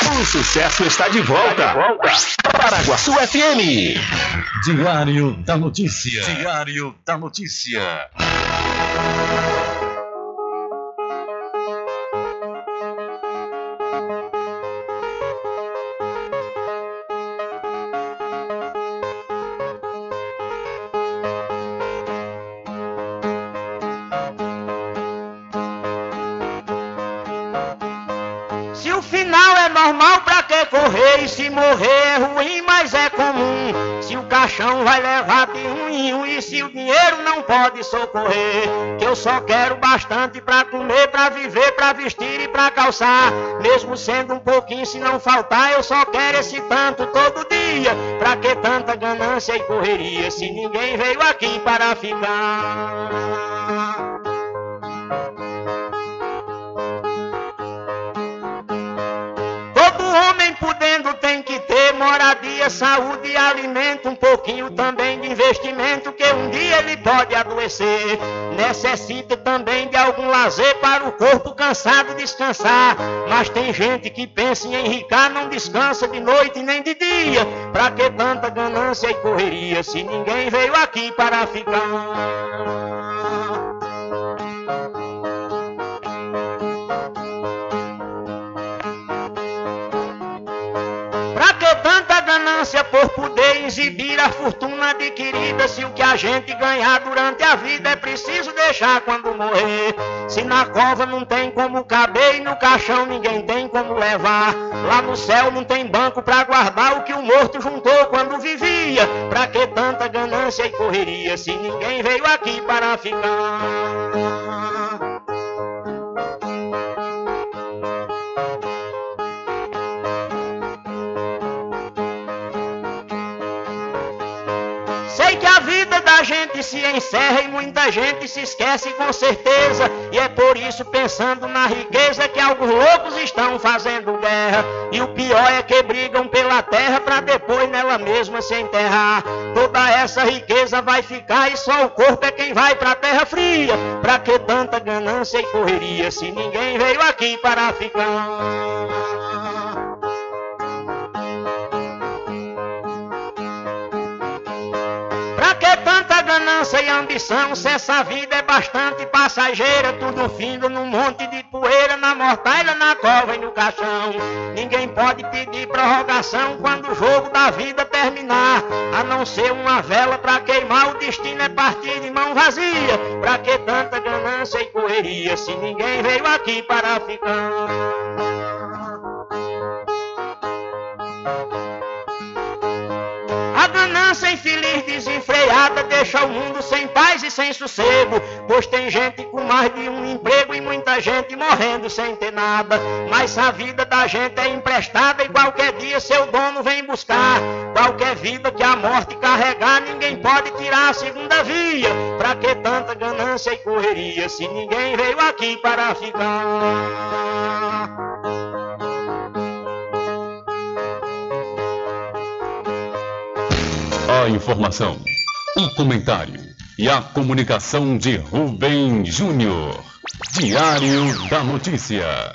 O sucesso está de volta. Paraguaçu FM. Diário da Notícia. Diário da Notícia. Se o final é normal, pra que correr? E se morrer é ruim, mas é comum. Se o caixão vai levar de um em um, e se o dinheiro não pode socorrer, que eu só quero bastante pra comer, pra viver, pra vestir e pra calçar. Mesmo sendo um pouquinho, se não faltar, eu só quero esse tanto todo dia. Pra que tanta ganância e correria, se ninguém veio aqui para ficar? Homem podendo tem que ter moradia, saúde e alimento, um pouquinho também de investimento, que um dia ele pode adoecer. Necessita também de algum lazer para o corpo cansado descansar. Mas tem gente que pensa em enricar, não descansa de noite nem de dia. Pra que tanta ganância e correria, se ninguém veio aqui para ficar? Pra que tanta ganância por poder exibir a fortuna adquirida, se o que a gente ganhar durante a vida é preciso deixar quando morrer? Se na cova não tem como caber e no caixão ninguém tem como levar, lá no céu não tem banco pra guardar o que o morto juntou quando vivia. Pra que tanta ganância e correria, se ninguém veio aqui para ficar? Sei que a vida da gente se encerra e muita gente se esquece com certeza. E é por isso, pensando na riqueza, que alguns loucos estão fazendo guerra. E o pior é que brigam pela terra pra depois nela mesma se enterrar. Toda essa riqueza vai ficar e só o corpo é quem vai pra terra fria. Pra que tanta ganância e correria, se ninguém veio aqui para ficar? Pra que tanta ganância e ambição, se essa vida é bastante passageira? Tudo findo num monte de poeira, na mortalha, na cova e no caixão. Ninguém pode pedir prorrogação quando o jogo da vida terminar, a não ser uma vela pra queimar, o destino é partir de mão vazia. Pra que tanta ganância e correria, se ninguém veio aqui para ficar? A ganância infeliz desenfreada deixa o mundo sem paz e sem sossego, pois tem gente com mais de um emprego e muita gente morrendo sem ter nada. Mas a vida da gente é emprestada e qualquer dia seu dono vem buscar. Qualquer vida que a morte carregar, ninguém pode tirar a segunda via. Pra que tanta ganância e correria, se ninguém veio aqui para ficar? A informação, o comentário e a comunicação de Rubem Júnior. Diário da Notícia.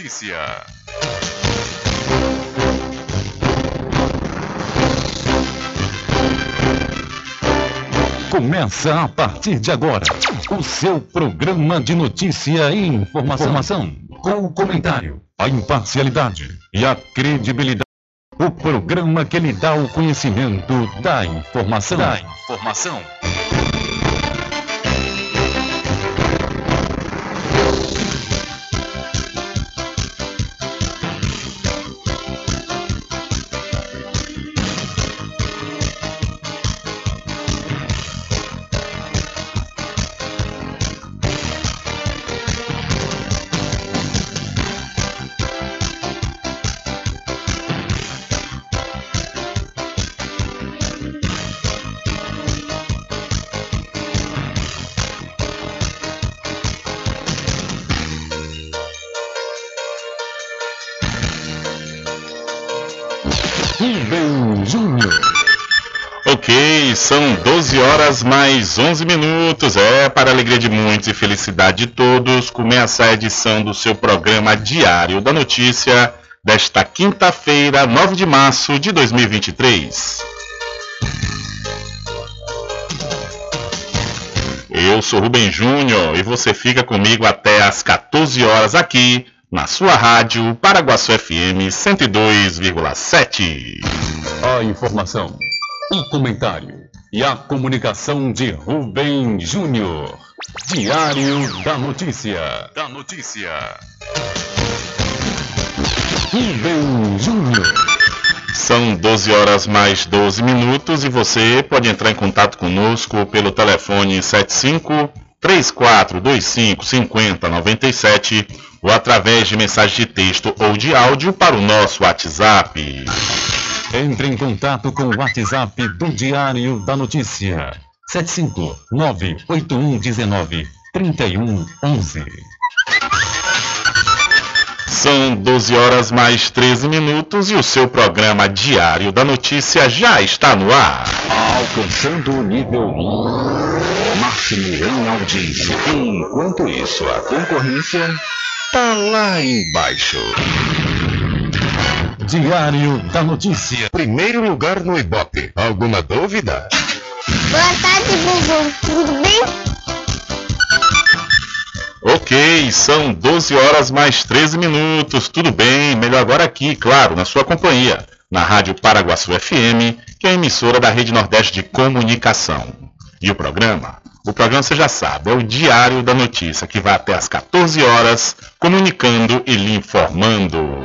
Começa a partir de agora o seu programa de notícia e informação, com o comentário, a imparcialidade e a credibilidade. O programa que lhe dá o conhecimento da informação. Rubem Júnior. Ok, são 12 horas mais 11 minutos. Para alegria de muitos e felicidade de todos, começa a edição do seu programa Diário da Notícia, desta quinta-feira, 9 de março de 2023. Eu sou Rubem Júnior e você fica comigo até às 14 horas aqui na sua rádio Paraguaçu FM 102,7. A informação, o comentário e a comunicação de Rubem Júnior. Diário da Notícia. Rubem Júnior. São 12 horas mais 12 minutos e você pode entrar em contato conosco pelo telefone 75-3425-5097 ou através de mensagem de texto ou de áudio para o nosso WhatsApp. Entre em contato com o WhatsApp do Diário da Notícia. 759-8119-3111. São 12 horas mais 13 minutos e o seu programa Diário da Notícia já está no ar. Alcançando o nível máximo em audiência. Enquanto isso, a concorrência tá lá embaixo. Diário da Notícia. Primeiro lugar no Ibope. Alguma dúvida? Boa tarde, Bubu. Tudo bem? Ok, são 12 horas mais 13 minutos, tudo bem, melhor agora aqui, claro, na sua companhia, na Rádio Paraguaçu FM, que é a emissora da Rede Nordeste de Comunicação. E o programa você já sabe, é o Diário da Notícia, que vai até às 14 horas, comunicando e lhe informando.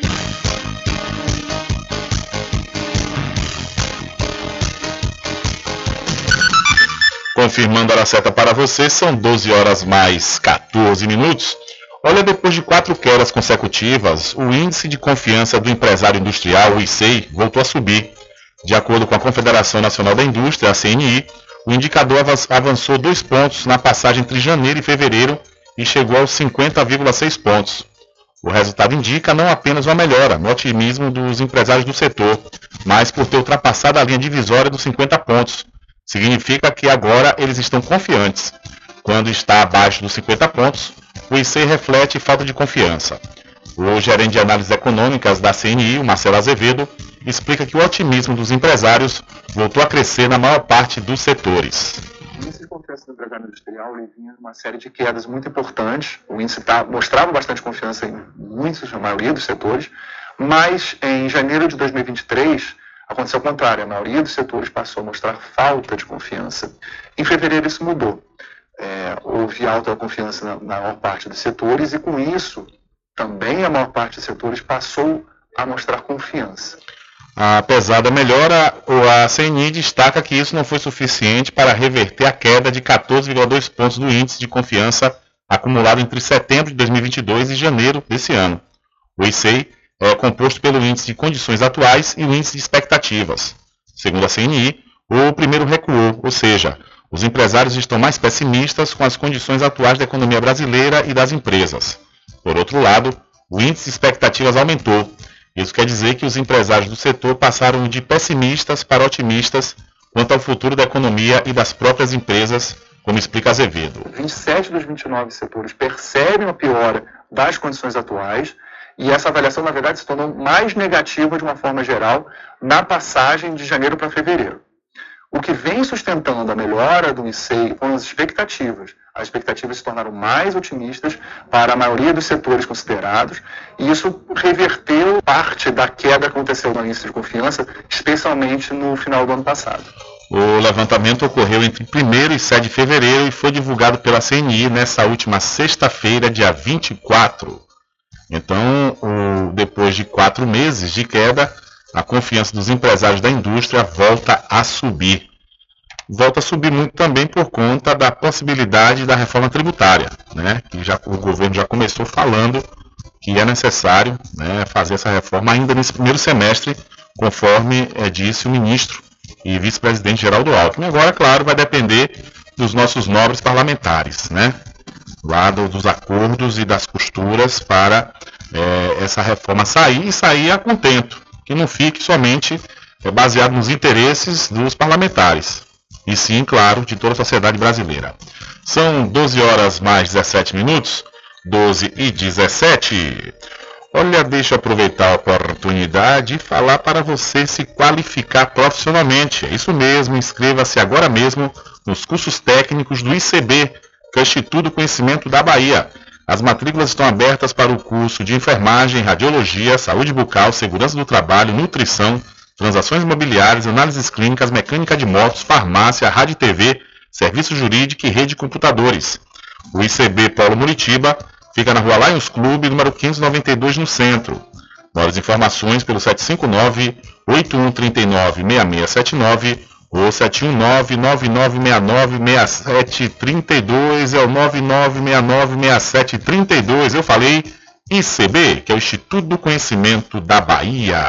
Confirmando a hora certa para você, são 12 horas mais 14 minutos. Olha, depois de 4 quedas consecutivas, o índice de confiança do empresário industrial, o ICEI, voltou a subir. De acordo com a Confederação Nacional da Indústria, a CNI, o indicador avançou 2 pontos na passagem entre janeiro e fevereiro e chegou aos 50,6 pontos. O resultado indica não apenas uma melhora no otimismo dos empresários do setor, mas por ter ultrapassado a linha divisória dos 50 pontos. Significa que agora eles estão confiantes. Quando está abaixo dos 50 pontos, o ICEI reflete falta de confiança. O gerente de análises econômicas da CNI, o Marcelo Azevedo, explica que o otimismo dos empresários voltou a crescer na maior parte dos setores. O índice de confiança do empresário industrial vinha uma série de quedas muito importantes. O índice mostrava bastante confiança em muitos, na maioria dos setores, mas em janeiro de 2023... aconteceu o contrário, a maioria dos setores passou a mostrar falta de confiança. Em fevereiro isso mudou. Houve alta confiança na maior parte dos setores e com isso também a maior parte dos setores passou a mostrar confiança. Apesar da melhora, a CNI destaca que isso não foi suficiente para reverter a queda de 14,2 pontos do índice de confiança acumulado entre setembro de 2022 e janeiro desse ano. O ICEI é composto pelo índice de condições atuais e o índice de expectativas. Segundo a CNI, o primeiro recuou, ou seja, os empresários estão mais pessimistas com as condições atuais da economia brasileira e das empresas. Por outro lado, o índice de expectativas aumentou. Isso quer dizer que os empresários do setor passaram de pessimistas para otimistas quanto ao futuro da economia e das próprias empresas, como explica Azevedo. 27 dos 29 setores percebem a piora das condições atuais. E essa avaliação, na verdade, se tornou mais negativa de uma forma geral na passagem de janeiro para fevereiro. O que vem sustentando a melhora do ICEI foram as expectativas. As expectativas se tornaram mais otimistas para a maioria dos setores considerados e isso reverteu parte da queda que aconteceu no índice de confiança, especialmente no final do ano passado. O levantamento ocorreu entre 1º e 7 de fevereiro e foi divulgado pela CNI nessa última sexta-feira, dia 24. Então, depois de 4 meses de queda, a confiança dos empresários da indústria volta a subir. Volta a subir muito também por conta da possibilidade da reforma tributária, né? Que o governo já começou falando que é necessário, né, fazer essa reforma ainda nesse primeiro semestre, conforme disse o ministro e vice-presidente Geraldo Alckmin. Agora, claro, vai depender dos nossos nobres parlamentares, né? Lá dos acordos e das costuras para essa reforma sair e sair a contento, que não fique somente baseado nos interesses dos parlamentares, e sim, claro, de toda a sociedade brasileira. São 12 horas mais 17 minutos, 12 e 17. Olha, deixa eu aproveitar a oportunidade e falar para você se qualificar profissionalmente. É isso mesmo, inscreva-se agora mesmo nos cursos técnicos do ICB, que é o Instituto do Conhecimento da Bahia. As matrículas estão abertas para o curso de enfermagem, radiologia, saúde bucal, segurança do trabalho, nutrição, transações imobiliárias, análises clínicas, mecânica de motos, farmácia, rádio e TV, serviço jurídico e rede de computadores. O ICB Polo Muritiba fica na rua Lions Clube, número 592, no centro. Maiores informações pelo 759-8139-6679 ou 719-9969-6732, é o 9969-6732. Eu falei ICB, que é o Instituto do Conhecimento da Bahia.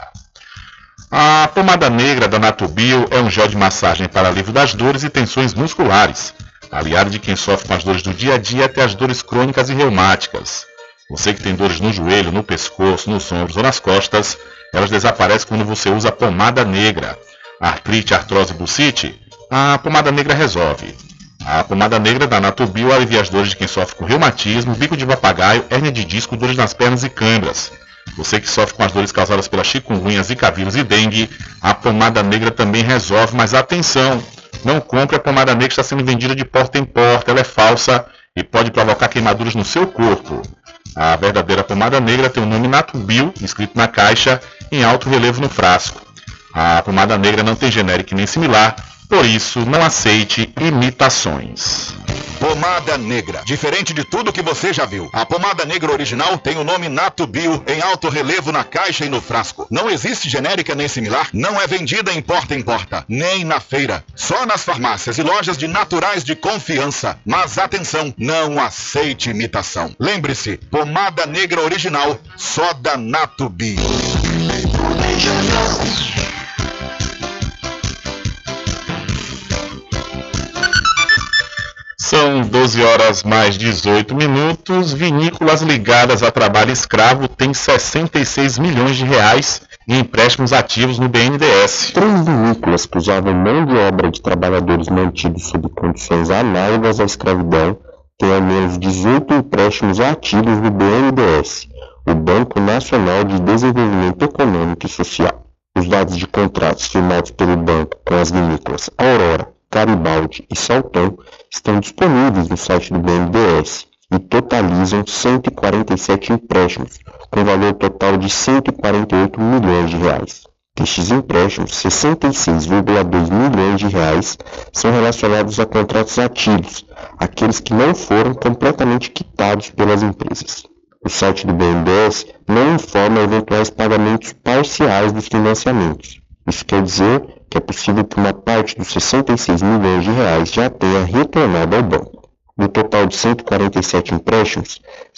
A pomada negra da Natubio é um gel de massagem para alívio das dores e tensões musculares, aliado de quem sofre com as dores do dia a dia até as dores crônicas e reumáticas. Você que tem dores no joelho, no pescoço, nos ombros ou nas costas, elas desaparecem quando você usa a pomada negra. Artrite, artrose, bursite, a pomada negra resolve. A pomada negra da Natubio alivia as dores de quem sofre com reumatismo, bico de papagaio, hérnia de disco, dores nas pernas e câimbras. Você que sofre com as dores causadas pela chikungunya, zika vírus e dengue, a pomada negra também resolve, mas atenção! Não compre a pomada negra que está sendo vendida de porta em porta, ela é falsa e pode provocar queimaduras no seu corpo. A verdadeira pomada negra tem o nome Natubio, escrito na caixa, em alto relevo no frasco. A pomada negra não tem genérico nem similar, por isso não aceite imitações. Pomada negra, diferente de tudo que você já viu. A pomada negra original tem o nome Natubio em alto relevo na caixa e no frasco. Não existe genérica nem similar, não é vendida em porta, nem na feira. Só nas farmácias e lojas de naturais de confiança. Mas atenção, não aceite imitação. Lembre-se, pomada negra original, só da Natubio. São 12 horas mais 18 minutos. Vinícolas ligadas a trabalho escravo têm 66 milhões de reais em empréstimos ativos no BNDES. 3 vinícolas que usavam mão de obra de trabalhadores mantidos sob condições análogas à escravidão têm ao menos 18 empréstimos ativos no BNDES, o Banco Nacional de Desenvolvimento Econômico e Social. Os dados de contratos firmados pelo banco com as vinícolas Aurora, Garibaldi e Salton estão disponíveis no site do BNDES e totalizam 147 empréstimos, com valor total de 148 milhões de reais. Destes empréstimos, 66,2 milhões de reais são relacionados a contratos ativos, aqueles que não foram completamente quitados pelas empresas. O site do BNDES não informa eventuais pagamentos parciais dos financiamentos. Isso quer dizer que é possível que uma parte dos 66 milhões de reais já tenha retornado ao banco. No total de 147 empréstimos,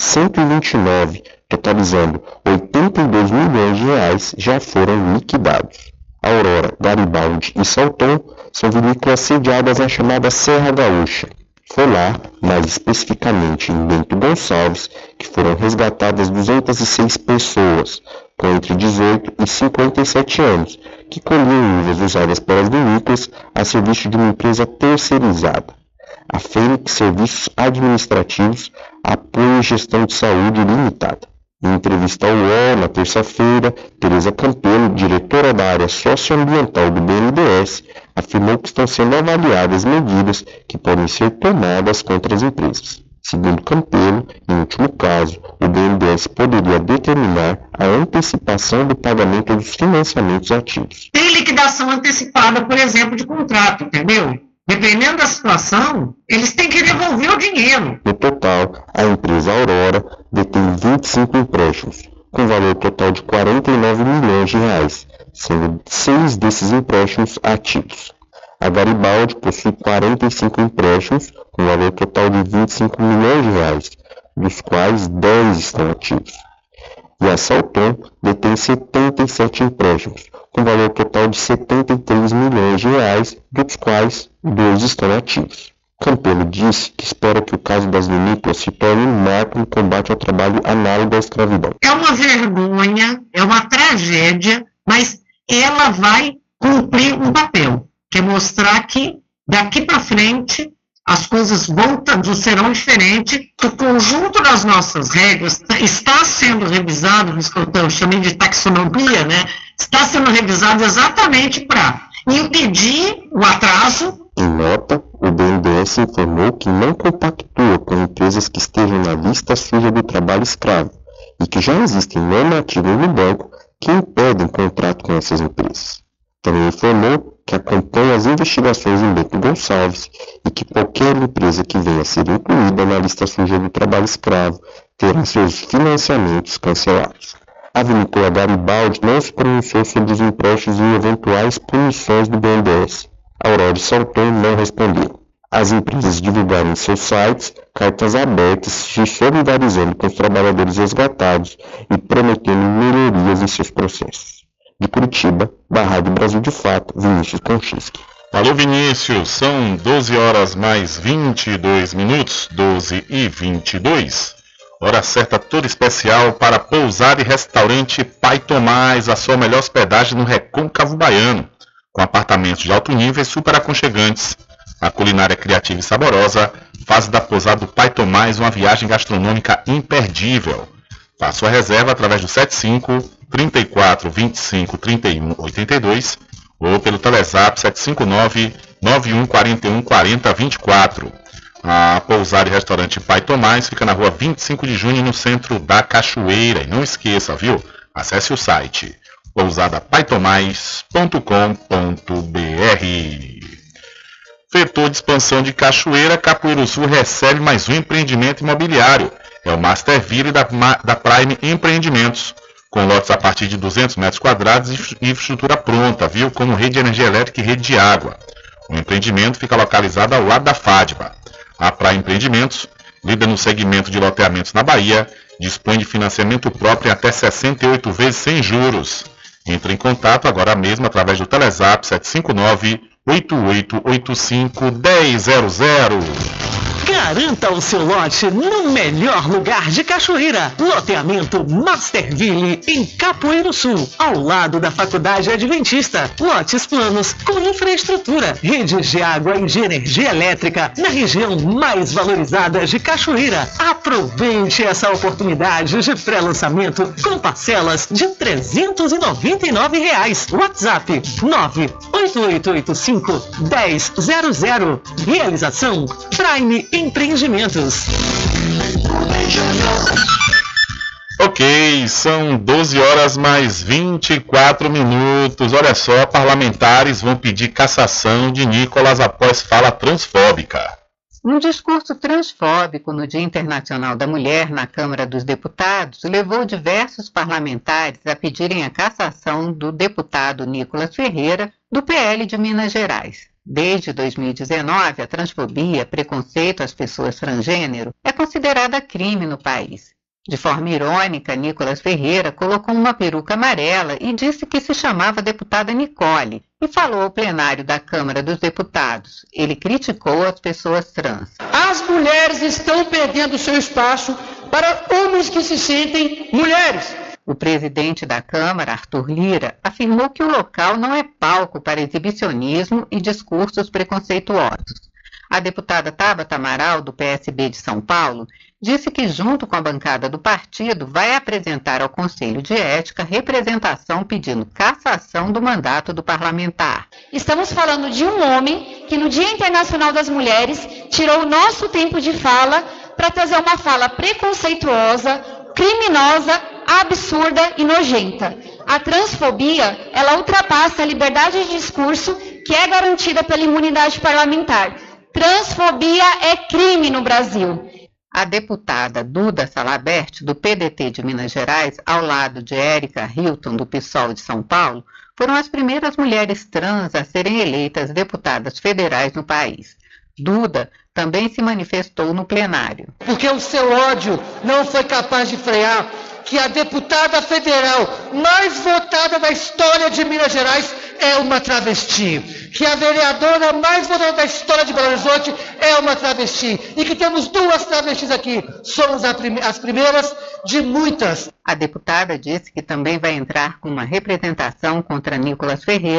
129, totalizando 82 milhões de reais, já foram liquidados. Aurora, Garibaldi e Salton são vinícolas sediadas na chamada Serra Gaúcha. Foi lá, mais especificamente em Bento Gonçalves, que foram resgatadas 206 pessoas, com entre 18 e 57 anos, que colhiam uvas usadas pelas vinícolas a serviço de uma empresa terceirizada. A Fênix Serviços Administrativos Apoio e Gestão de Saúde Limitada. Em entrevista ao UOL, na terça-feira, Tereza Campelo, diretora da área socioambiental do BNDES, afirmou que estão sendo avaliadas medidas que podem ser tomadas contra as empresas. Segundo Campelo, em último caso, o BNDES poderia determinar a antecipação do pagamento dos financiamentos ativos. Tem liquidação antecipada, por exemplo, de contrato, entendeu? Dependendo da situação, eles têm que devolver o dinheiro. No total, a empresa Aurora detém 25 empréstimos, com valor total de 49 milhões de reais, sendo 6 desses empréstimos ativos. A Garibaldi possui 45 empréstimos, com valor total de 25 milhões de reais, dos quais 10 estão ativos. E a Salton detém 77 empréstimos, com valor total de 73 milhões de reais, dos quais 2 estão ativos. Campelo disse que espera que o caso das vinícolas se torne um marco no combate ao trabalho análogo à escravidão. É uma vergonha, é uma tragédia, mas ela vai cumprir um papel, que é mostrar que daqui para frente as coisas serão diferentes. O conjunto das nossas regras está sendo revisado, isso que eu chamei de taxonomia, né? Está sendo revisado exatamente para impedir o atraso. Em nota, o BNDES informou que não compactua com empresas que estejam na lista suja do trabalho escravo e que já existem normativas no banco que impedem contrato com essas empresas. Também informou que acompanha as investigações em Bento Gonçalves e que qualquer empresa que venha a ser incluída na lista suja do trabalho escravo terá seus financiamentos cancelados. A vinícola Garibaldi não se pronunciou sobre os empréstimos e eventuais punições do BNDES. Aurélio Salton não respondeu. As empresas divulgaram em seus sites cartas abertas se solidarizando com os trabalhadores resgatados e prometendo melhorias em seus processos. De Curitiba, da Rádio Brasil de Fato, Vinícius Konchiski. Alô, Vinícius, são 12 horas mais 22 minutos, 12h22. Hora certa toda especial para pousada e restaurante Pai Tomás, a sua melhor hospedagem no Recôncavo Baiano, com apartamentos de alto nível e super aconchegantes. A culinária criativa e saborosa faz da pousada do Pai Tomás uma viagem gastronômica imperdível. Faça sua reserva através do 75 34 25 31 82 ou pelo Telezap 759 91 41 40 24. A pousada e restaurante Pai Tomás fica na rua 25 de junho, no centro da Cachoeira. E não esqueça, viu? Acesse o site pousadapaitomais.com.br. Vetor de expansão de Cachoeira, Capoeiro-Sul recebe mais um empreendimento imobiliário. É o Masterville da Prime Empreendimentos, com lotes a partir de 200 metros quadrados e infraestrutura pronta, viu? Como rede de energia elétrica e rede de água. O empreendimento fica localizado ao lado da FADBA. A Prime Empreendimentos, líder no segmento de loteamentos na Bahia, dispõe de financiamento próprio em até 68 vezes sem juros. Entre em contato agora mesmo através do Telezap 759-8885-1000. Garanta o seu lote no melhor lugar de Cachoeira. Loteamento Masterville, em Capoeiro Sul, ao lado da Faculdade Adventista. Lotes planos com infraestrutura, redes de água e de energia elétrica na região mais valorizada de Cachoeira. Aproveite essa oportunidade de pré-lançamento com parcelas de R$ 399. WhatsApp 98885-1000. Realização Prime Empreendimentos. Ok, são 12 horas mais 24 minutos. Olha só, parlamentares vão pedir cassação de Nicolas após fala transfóbica. Um discurso transfóbico no Dia Internacional da Mulher na Câmara dos Deputados levou diversos parlamentares a pedirem a cassação do deputado Nicolas Ferreira, do PL de Minas Gerais. Desde 2019, a transfobia, preconceito às pessoas transgênero, é considerada crime no país. De forma irônica, Nicolas Ferreira colocou uma peruca amarela e disse que se chamava deputada Nicole e falou ao plenário da Câmara dos Deputados. Ele criticou as pessoas trans. As mulheres estão perdendo seu espaço para homens que se sentem mulheres. O presidente da Câmara, Arthur Lira, afirmou que o local não é palco para exibicionismo e discursos preconceituosos. A deputada Tabata Amaral, do PSB de São Paulo, disse que, junto com a bancada do partido, vai apresentar ao Conselho de Ética representação pedindo cassação do mandato do parlamentar. Estamos falando de um homem que, no Dia Internacional das Mulheres, tirou o nosso tempo de fala para trazer uma fala preconceituosa, criminosa, absurda e nojenta. A transfobia, ela ultrapassa a liberdade de discurso que é garantida pela imunidade parlamentar. Transfobia é crime no Brasil. A deputada Duda Salabert, do PDT de Minas Gerais, ao lado de Érica Hilton, do PSOL de São Paulo, foram as primeiras mulheres trans a serem eleitas deputadas federais no país. Duda também se manifestou no plenário. Porque o seu ódio não foi capaz de frear que a deputada federal mais votada da história de Minas Gerais é uma travesti, que a vereadora mais votada da história de Belo Horizonte é uma travesti, e que temos duas travestis aqui, somos as primeiras de muitas. A deputada disse que também vai entrar com uma representação contra Nicolas Ferreira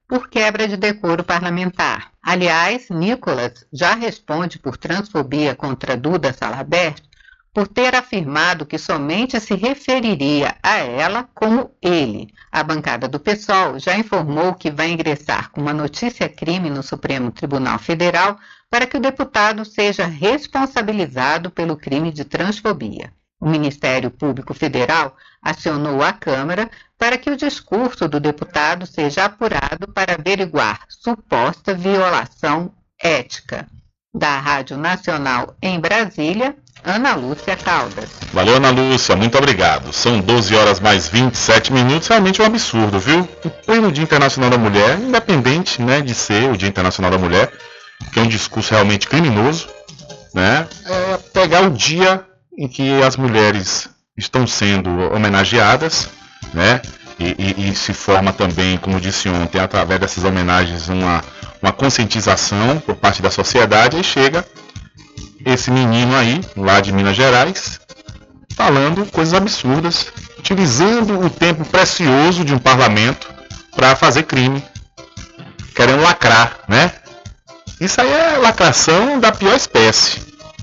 por quebra de decoro parlamentar. Aliás, Nicolas já responde por transfobia contra Duda Salabert por ter afirmado que somente se referiria a ela como ele. A bancada do PSOL já informou que vai ingressar com uma notícia-crime no Supremo Tribunal Federal para que o deputado seja responsabilizado pelo crime de transfobia. O Ministério Público Federal acionou a Câmara para que o discurso do deputado seja apurado para averiguar suposta violação ética. Da Rádio Nacional em Brasília, Ana Lúcia Caldas. Valeu, Ana Lúcia, muito obrigado. São 12 horas mais 27 minutos, realmente um absurdo, viu? O pleno Dia Internacional da Mulher, independente, né, de ser o Dia Internacional da Mulher, que é um discurso realmente criminoso, né, é pegar o dia em que as mulheres estão sendo homenageadas, né, e se forma também, como disse ontem, através dessas homenagens, uma conscientização por parte da sociedade, e chega esse menino aí, lá de Minas Gerais, falando coisas absurdas, utilizando o tempo precioso de um parlamento para fazer crime, querendo lacrar, né? Isso aí é lacração da pior espécie.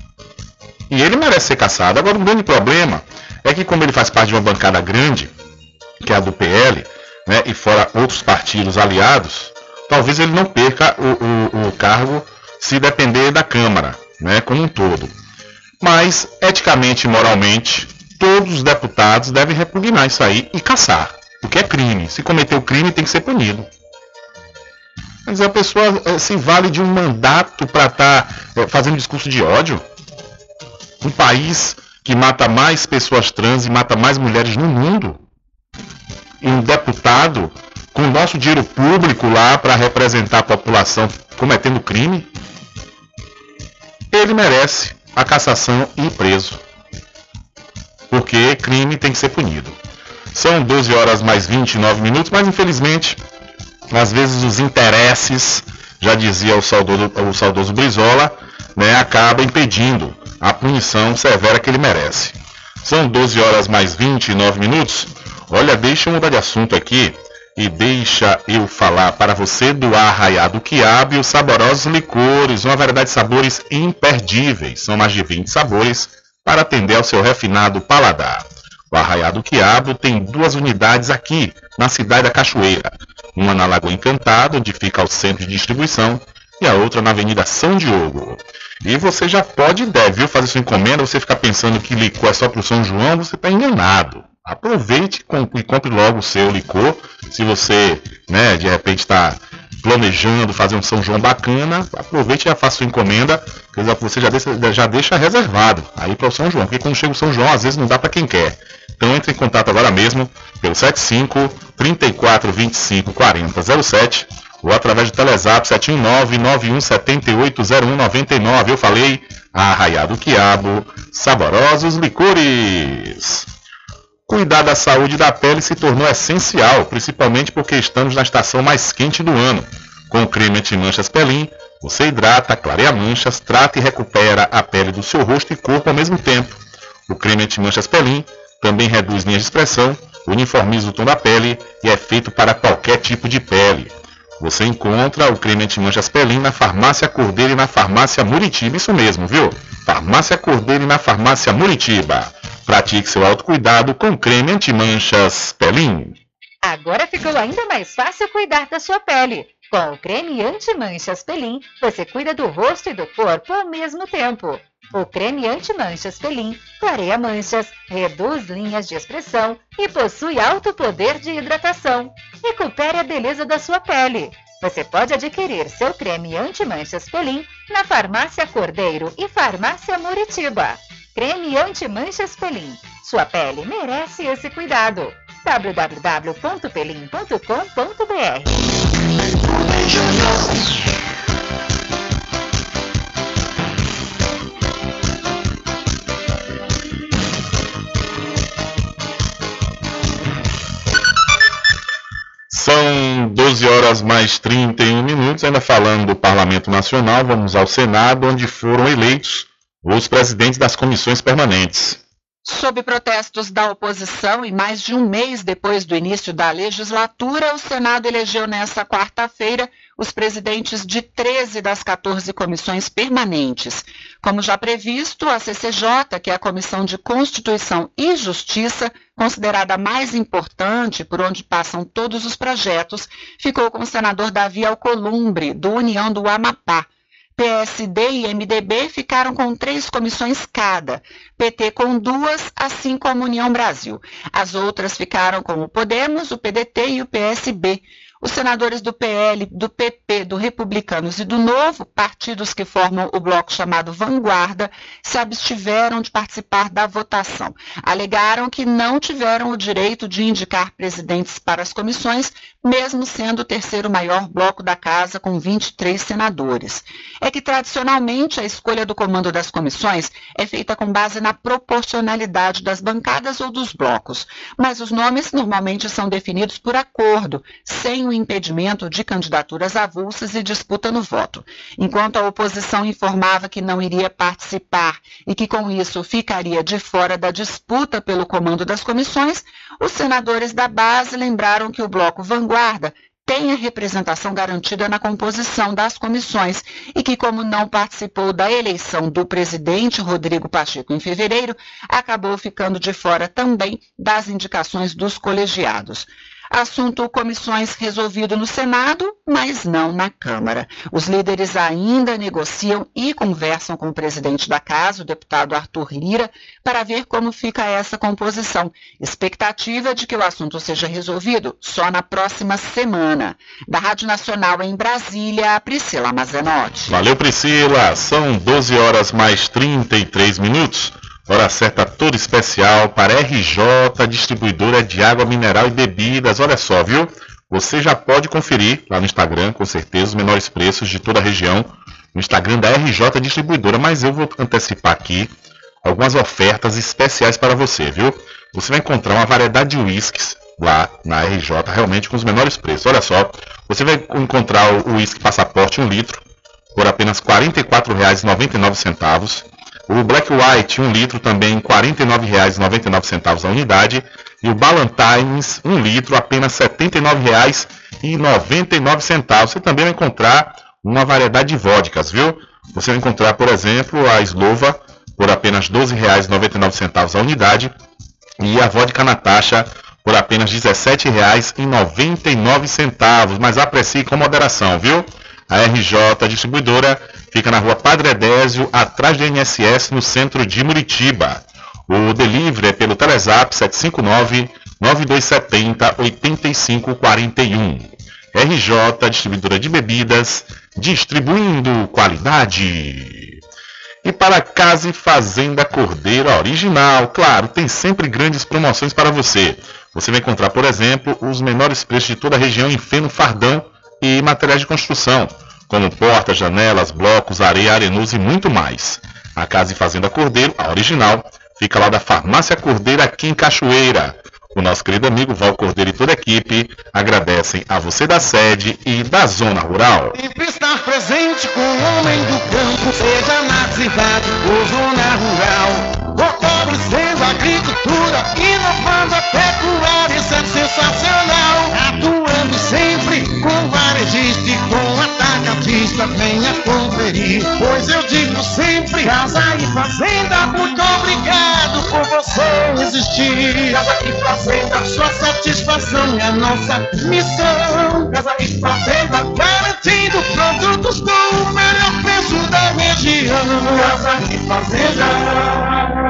E ele merece ser caçado. Agora, o grande problema é que, como ele faz parte de uma bancada grande, que é a do PL, né, e fora outros partidos aliados, talvez ele não perca o cargo se depender da Câmara, né, como um todo. Mas, eticamente e moralmente, todos os deputados devem repugnar isso aí e caçar, porque é crime. Se cometer o crime, tem que ser punido. Mas a pessoa se vale de um mandato para estar fazendo discurso de ódio? Um país que mata mais pessoas trans e mata mais mulheres no mundo? E um deputado com o nosso dinheiro público lá para representar a população cometendo crime? Ele merece a cassação e ir preso. Porque crime tem que ser punido. São 12 horas mais 29 minutos, mas infelizmente, às vezes os interesses, já dizia o saudoso Brizola, né, acaba impedindo a punição severa que ele merece. São 12 horas mais 29 minutos. Olha, deixa eu mudar de assunto aqui e deixa eu falar para você do Arraiá do Quiabo e os saborosos licores, uma variedade de sabores imperdíveis. São mais de 20 sabores para atender ao seu refinado paladar. O Arraiá do Quiabo tem 2 unidades aqui, na cidade da Cachoeira. Uma na Lagoa Encantada, onde fica o centro de distribuição, e a outra na Avenida São Diogo. E você já pode e deve fazer sua encomenda. Você ficar pensando que licor é só para o São João, você está enganado. Aproveite e compre logo o seu licor. Se você, né, de repente está planejando fazer um São João bacana, aproveite e já faça sua encomenda, que você já deixa reservado aí para o São João, porque quando chega o São João, às vezes não dá para quem quer. Então entre em contato agora mesmo pelo 75 34 25 40 07 ou através do Telezap 719 91 78 01 99. Eu falei, Arraiá do Quiabo, saborosos licores. Cuidar da saúde da pele se tornou essencial, principalmente porque estamos na estação mais quente do ano. Com o creme anti-manchas Pelin, você hidrata, clareia manchas, trata e recupera a pele do seu rosto e corpo ao mesmo tempo. O creme anti-manchas Pelin também reduz linhas de expressão, uniformiza o tom da pele e é feito para qualquer tipo de pele. Você encontra o creme anti-manchas Pelin na Farmácia Cordeiro e na Farmácia Muritiba, isso mesmo, viu? Farmácia Cordeiro e na Farmácia Muritiba. Pratique seu autocuidado com creme anti-manchas Pelin. Agora ficou ainda mais fácil cuidar da sua pele. Com o creme anti-manchas Pelin, você cuida do rosto e do corpo ao mesmo tempo. O creme anti-manchas Pelin clareia manchas, reduz linhas de expressão e possui alto poder de hidratação. Recupere a beleza da sua pele. Você pode adquirir seu creme anti-manchas Pelin na Farmácia Cordeiro e Farmácia Muritiba. Creme anti-manchas Pelin. Sua pele merece esse cuidado. www.pelin.com.br. São 12 horas mais 31 minutos, ainda falando do Parlamento Nacional, vamos ao Senado, onde foram eleitos os presidentes das comissões permanentes. Sob protestos da oposição e mais de um mês depois do início da legislatura, o Senado elegeu nesta quarta-feira os presidentes de 13 das 14 comissões permanentes. Como já previsto, a CCJ, que é a Comissão de Constituição e Justiça, considerada a mais importante por onde passam todos os projetos, ficou com o senador Davi Alcolumbre, do União do Amapá. PSD e MDB ficaram com 3 comissões cada, PT com 2, assim como União Brasil. As outras ficaram com o Podemos, o PDT e o PSB. Os senadores do PL, do PP, do Republicanos e do Novo, partidos que formam o bloco chamado Vanguarda, se abstiveram de participar da votação. Alegaram que não tiveram o direito de indicar presidentes para as comissões, mesmo sendo o terceiro maior bloco da Casa, com 23 senadores. É que, tradicionalmente, a escolha do comando das comissões é feita com base na proporcionalidade das bancadas ou dos blocos, mas os nomes normalmente são definidos por acordo, sem o impedimento de candidaturas avulsas e disputa no voto. Enquanto a oposição informava que não iria participar e que com isso ficaria de fora da disputa pelo comando das comissões, os senadores da base lembraram que o bloco Vanguarda tem a representação garantida na composição das comissões e que, como não participou da eleição do presidente Rodrigo Pacheco em fevereiro, acabou ficando de fora também das indicações dos colegiados. Assunto comissões resolvido no Senado, mas não na Câmara. Os líderes ainda negociam e conversam com o presidente da Casa, o deputado Arthur Lira, para ver como fica essa composição. Expectativa de que o assunto seja resolvido só na próxima semana. Da Rádio Nacional em Brasília, Priscila Mazenotti. Valeu, Priscila. São 12 horas mais 33 minutos. Hora certa toda especial para RJ, distribuidora de água mineral e bebidas. Olha só, viu? Você já pode conferir lá no Instagram, com certeza, os menores preços de toda a região, no Instagram da RJ Distribuidora, mas eu vou antecipar aqui algumas ofertas especiais para você, viu? Você vai encontrar uma variedade de uísques lá na RJ, realmente com os menores preços. Olha só, você vai encontrar o uísque Passaporte 1 litro por apenas R$ 44,99. O Black White, 1 litro, também R$ 49,99 a unidade. E o Ballantines, 1 litro, apenas R$ 79,99. Você também vai encontrar uma variedade de vodkas, viu? Você vai encontrar, por exemplo, a Slova, por apenas R$ 12,99 a unidade. E a vodka Natasha, por apenas R$ 17,99. Mas aprecie com moderação, viu? A RJ Distribuidora fica na rua Padre Edésio, atrás do INSS, no centro de Muritiba. O delivery é pelo Telezap 759-9270-8541. RJ Distribuidora de Bebidas, distribuindo qualidade. E para Casa e Fazenda Cordeiro Original, claro, tem sempre grandes promoções para você. Você vai encontrar, por exemplo, os menores preços de toda a região em feno, fardão e materiais de construção, como portas, janelas, blocos, areia, arenoso e muito mais. A Casa e Fazenda Cordeiro, a original, fica lá da Farmácia Cordeiro, aqui em Cachoeira. O nosso querido amigo Val Cordeiro e toda a equipe agradecem a você da sede e da zona rural. Sempre estar presente com o homem do campo, seja na cidade ou zona rural. Fortalecendo a agricultura, inovando a pecuária, isso é sensacional. Atuando sempre com varejista e com atacadista, venha conferir. Pois eu digo sempre, Casa e Fazenda, muito obrigado por você existir. Casa e Fazenda, sua satisfação é a nossa missão. Casa e Fazenda, garantindo produtos com o melhor preço da região. Casa e Fazenda.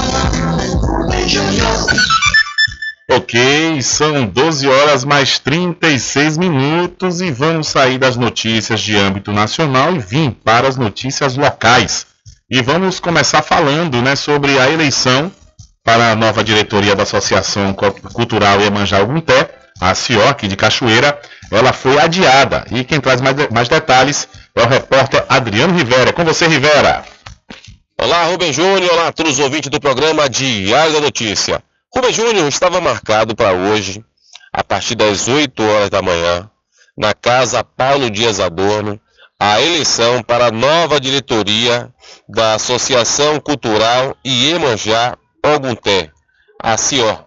Ok, são 12 horas mais 36 minutos e vamos sair das notícias de âmbito nacional e vir para as notícias locais. E vamos começar falando, sobre a eleição para a nova diretoria da Associação Cultural Iemanjá Ogunté, a CIOC de Cachoeira. Ela foi adiada e quem traz mais detalhes é o repórter Adriano Rivera. Com você, Rivera. Olá, Rubem Júnior, olá a todos os ouvintes do programa Diário da Notícia. Rubem Júnior, estava marcado para hoje, a partir das 8 horas da manhã, na Casa Paulo Dias Adorno, a eleição para a nova diretoria da Associação Cultural Iemanjá Ogunté, Ació.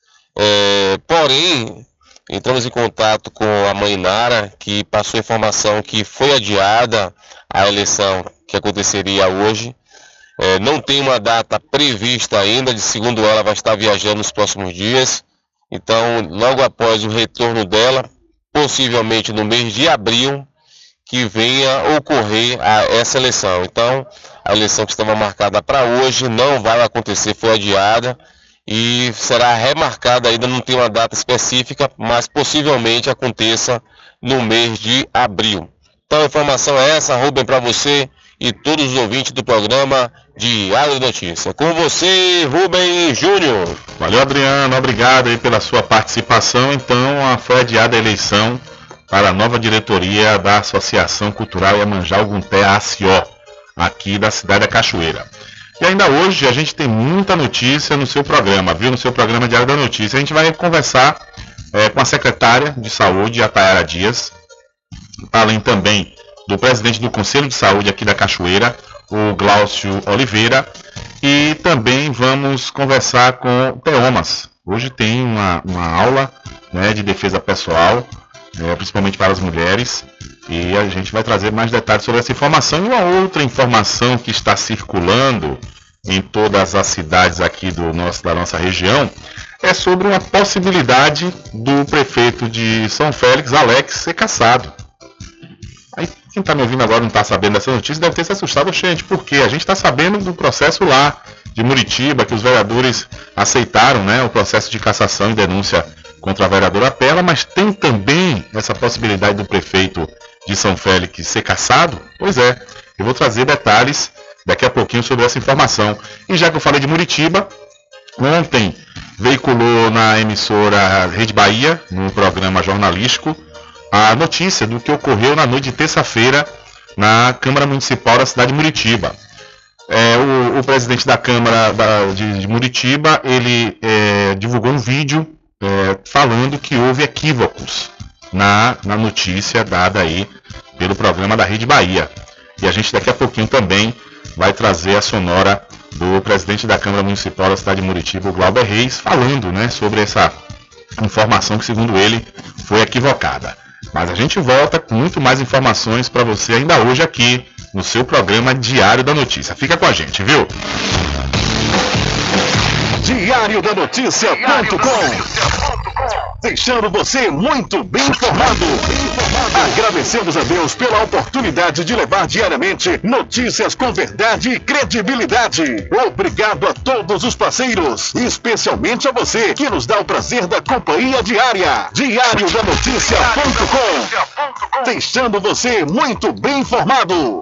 Porém, entramos em contato com a mãe Nara, que passou a informação que foi adiada a eleição que aconteceria hoje. Não tem uma data prevista ainda, segundo ela, vai estar viajando nos próximos dias. Então, logo após o retorno dela, possivelmente no mês de abril, que venha ocorrer essa eleição. Então, a eleição que estava marcada para hoje não vai acontecer, foi adiada e será remarcada, ainda não tem uma data específica, mas possivelmente aconteça no mês de abril. Então, a informação é essa, Rubem, para você e todos os ouvintes do programa Diário da Notícia. Com você, Rubem Júnior. Valeu, Adriano, obrigado aí pela sua participação. Então, foi adiada a eleição para a nova diretoria da Associação Cultural Iemanjá Ogunté Ació, aqui da cidade da Cachoeira. E ainda hoje a gente tem muita notícia no seu programa, viu? No seu programa Diário da Notícia. A gente vai conversar com a secretária de Saúde, a Tayara Dias, além também do presidente do Conselho de Saúde aqui da Cachoeira, o Glaucio Oliveira, e também vamos conversar com o Teomas. Hoje tem uma aula, né, de defesa pessoal, principalmente para as mulheres, e a gente vai trazer mais detalhes sobre essa informação. E uma outra informação que está circulando em todas as cidades aqui da nossa região é sobre uma possibilidade do prefeito de São Félix, Alex, ser cassado. Aí quem está me ouvindo agora não está sabendo dessa notícia deve ter se assustado, gente, porque a gente está sabendo do processo lá de Muritiba, que os vereadores aceitaram, né, o processo de cassação e denúncia contra a vereadora Pela, mas tem também essa possibilidade do prefeito de São Félix ser cassado? Pois é, eu vou trazer detalhes daqui a pouquinho sobre essa informação. E já que eu falei de Muritiba, ontem veiculou na emissora Rede Bahia, no programa jornalístico, a notícia do que ocorreu na noite de terça-feira na Câmara Municipal da cidade de Muritiba. O presidente da Câmara de Muritiba, ele divulgou um vídeo falando que houve equívocos na notícia dada aí pelo programa da Rede Bahia. E a gente daqui a pouquinho também vai trazer a sonora do presidente da Câmara Municipal da cidade de Muritiba, o Glauber Reis, falando, né, sobre essa informação que, segundo ele, foi equivocada. Mas a gente volta com muito mais informações para você ainda hoje aqui no seu programa Diário da Notícia. Fica com a gente, viu? Diário da Notícia.com, deixando você muito bem informado. Agradecemos a Deus pela oportunidade de levar diariamente notícias com verdade e credibilidade. Obrigado a todos os parceiros, especialmente a você que nos dá o prazer da companhia diária. Diário da Notícia.com, deixando você muito bem informado.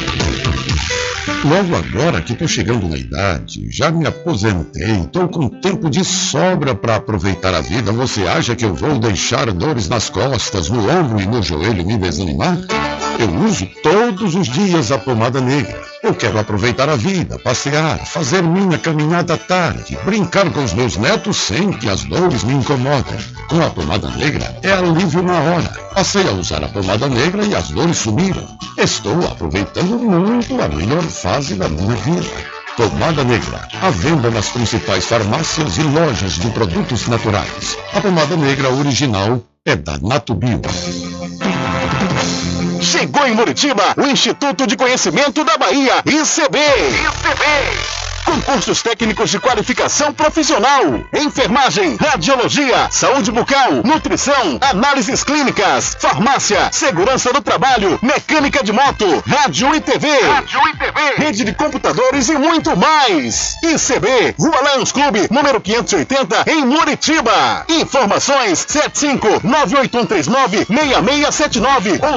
Logo agora que estou chegando na idade, já me aposentei, estou com tempo de sobra para aproveitar a vida, você acha que eu vou deixar dores nas costas, no ombro e no joelho me desanimar? Eu uso todos os dias a pomada negra. Eu quero aproveitar a vida, passear, fazer minha caminhada à tarde, brincar com os meus netos sem que as dores me incomodem. Com a pomada negra é alívio na hora. Passei a usar a pomada negra e as dores sumiram. Estou aproveitando muito a melhor fase da minha vida. Pomada negra, à venda nas principais farmácias e lojas de produtos naturais. A pomada negra original é da Natubio. Chegou em Muritiba o Instituto de Conhecimento da Bahia, ICB. Concursos técnicos de qualificação profissional, enfermagem, radiologia, saúde bucal, nutrição, análises clínicas, farmácia, segurança do trabalho, mecânica de moto, rádio e TV, rede de computadores e muito mais. ICB, Rua Lions Clube, número 580, em Muritiba. Informações 75-98139-6679 ou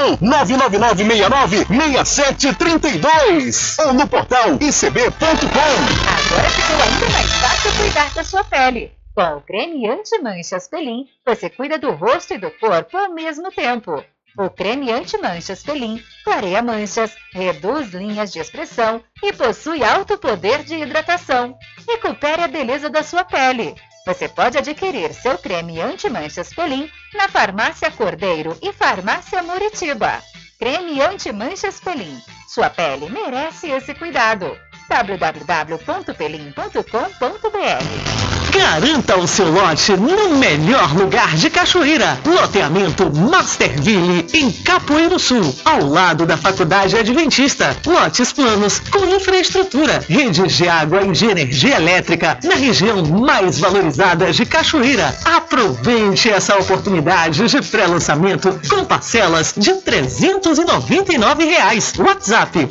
71-99969-6732 ou no portal icb.com. Agora ficou ainda mais fácil cuidar da sua pele. Com o creme anti-manchas Pelin, você cuida do rosto e do corpo ao mesmo tempo. O creme anti-manchas Pelin clareia manchas, reduz linhas de expressão e possui alto poder de hidratação. Recupere a beleza da sua pele. Você pode adquirir seu creme anti-manchas Pelin na Farmácia Cordeiro e Farmácia Muritiba. Creme anti-manchas Pelin. Sua pele merece esse cuidado. www.pelim.com.br. Garanta o seu lote no melhor lugar de Cachoeira. Loteamento Masterville, em Capoeiro Sul, ao lado da Faculdade Adventista. Lotes planos com infraestrutura, redes de água e de energia elétrica na região mais valorizada de Cachoeira. Aproveite essa oportunidade de pré-lançamento com parcelas de R$ 399. WhatsApp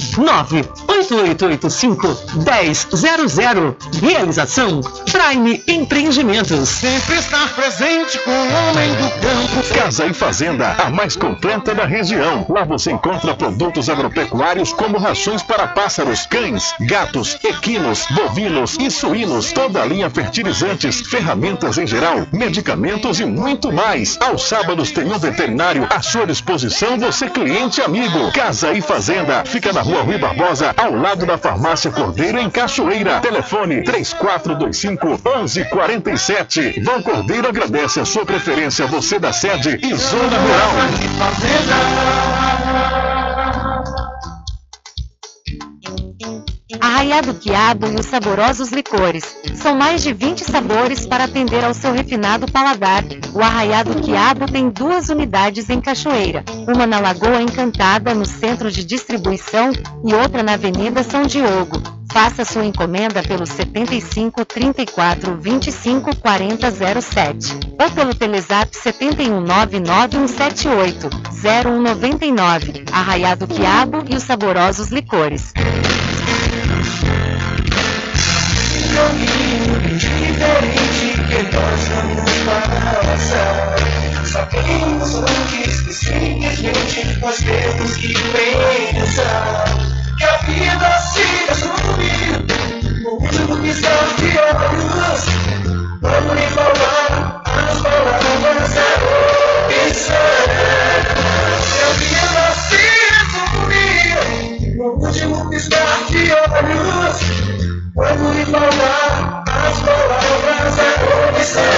98885-1000. Realização Prime Empreendimentos. Sempre estar presente com o homem do campo. Casa e Fazenda, a mais completa da região. Lá você encontra produtos agropecuários como rações para pássaros, cães, gatos, equinos, bovinos e suínos, toda a linha fertilizantes, ferramentas em geral, medicamentos e muito mais. Aos sábados tem um veterinário à sua disposição, você cliente amigo. Casa e Fazenda, fica na Rua Rui Barbosa, ao lado da Farmácia Cordeiro, em Cachoeira. Telefone 3425-1147. Vão Cordeiro agradece a sua preferência, você da sede e zona rural. Arraiado Quiabo e os saborosos licores. São mais de 20 sabores para atender ao seu refinado paladar. O Arraiado Quiabo tem 2 unidades em Cachoeira. Uma na Lagoa Encantada, no centro de distribuição, e outra na Avenida São Diogo. Faça sua encomenda pelo 75 34 25 40 07 ou pelo Telezap 7199178 0199. Arraiado Quiabo e os saborosos licores. Caminho diferente que nós vamos passar. Sabemos antes que simplesmente nós temos que pensar que a vida se resume no último piscar de olhos. Quando lhe falar as palavras é opção. Que a vida se resume no último piscar de olhos. Quando lhe falar as palavras é opção.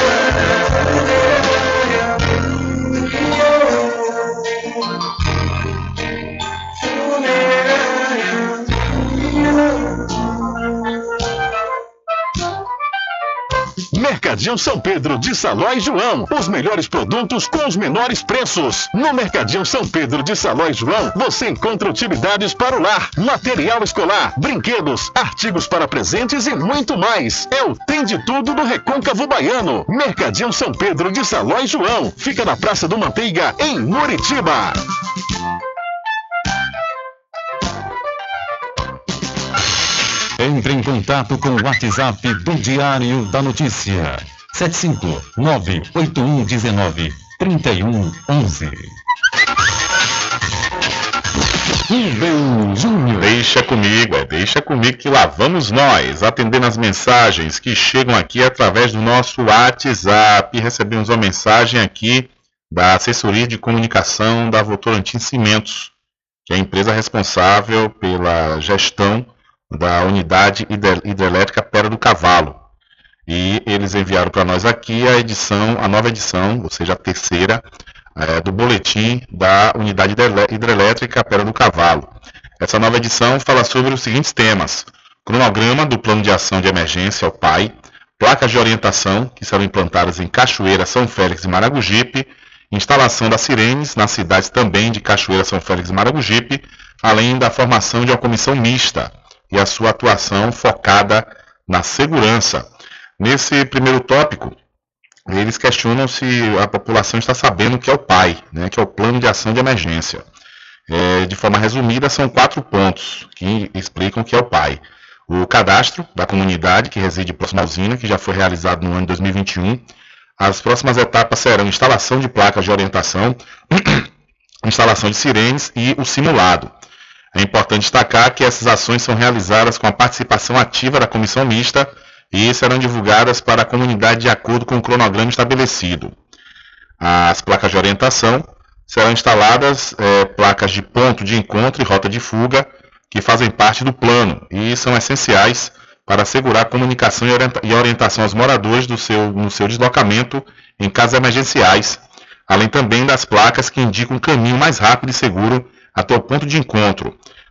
Mercadinho São Pedro de Saló e João. Os melhores produtos com os menores preços. No Mercadinho São Pedro de Saló e João, você encontra utilidades para o lar, material escolar, brinquedos, artigos para presentes e muito mais. É o Tem de Tudo do Recôncavo Baiano. Mercadinho São Pedro de Saló e João. Fica na Praça do Manteiga, em Muritiba. Entre em contato com o WhatsApp do Diário da Notícia. 759-8119-3111. Rubem Júnior. Deixa comigo que lá vamos nós, atendendo as mensagens que chegam aqui através do nosso WhatsApp. Recebemos uma mensagem aqui da Assessoria de Comunicação da Votorantim Cimentos, que é a empresa responsável pela gestão da unidade hidrelétrica Pedra do Cavalo. E eles enviaram para nós aqui a nova edição, ou seja, a terceira, do boletim da unidade hidrelétrica Pedra do Cavalo. Essa nova edição fala sobre os seguintes temas: cronograma do Plano de Ação de Emergência, o PAI, placas de orientação que serão implantadas em Cachoeira, São Félix e Maragogipe, instalação das sirenes nas cidades também de Cachoeira, São Félix e Maragogipe, além da formação de uma comissão mista e a sua atuação focada na segurança. Nesse primeiro tópico, eles questionam se a população está sabendo o que é o PAI, né, que é o Plano de Ação de Emergência. De forma resumida, são 4 pontos que explicam o que é o PAI. O cadastro da comunidade que reside próximo à usina, que já foi realizado no ano de 2021. As próximas etapas serão instalação de placas de orientação, instalação de sirenes e o simulado. É importante destacar que essas ações são realizadas com a participação ativa da comissão mista e serão divulgadas para a comunidade de acordo com o cronograma estabelecido. As placas de orientação serão instaladas placas de ponto de encontro e rota de fuga que fazem parte do plano e são essenciais para assegurar a comunicação e orientação aos moradores no seu deslocamento em casos emergenciais, além também das placas que indicam um caminho mais rápido e seguro até o ponto de encontro.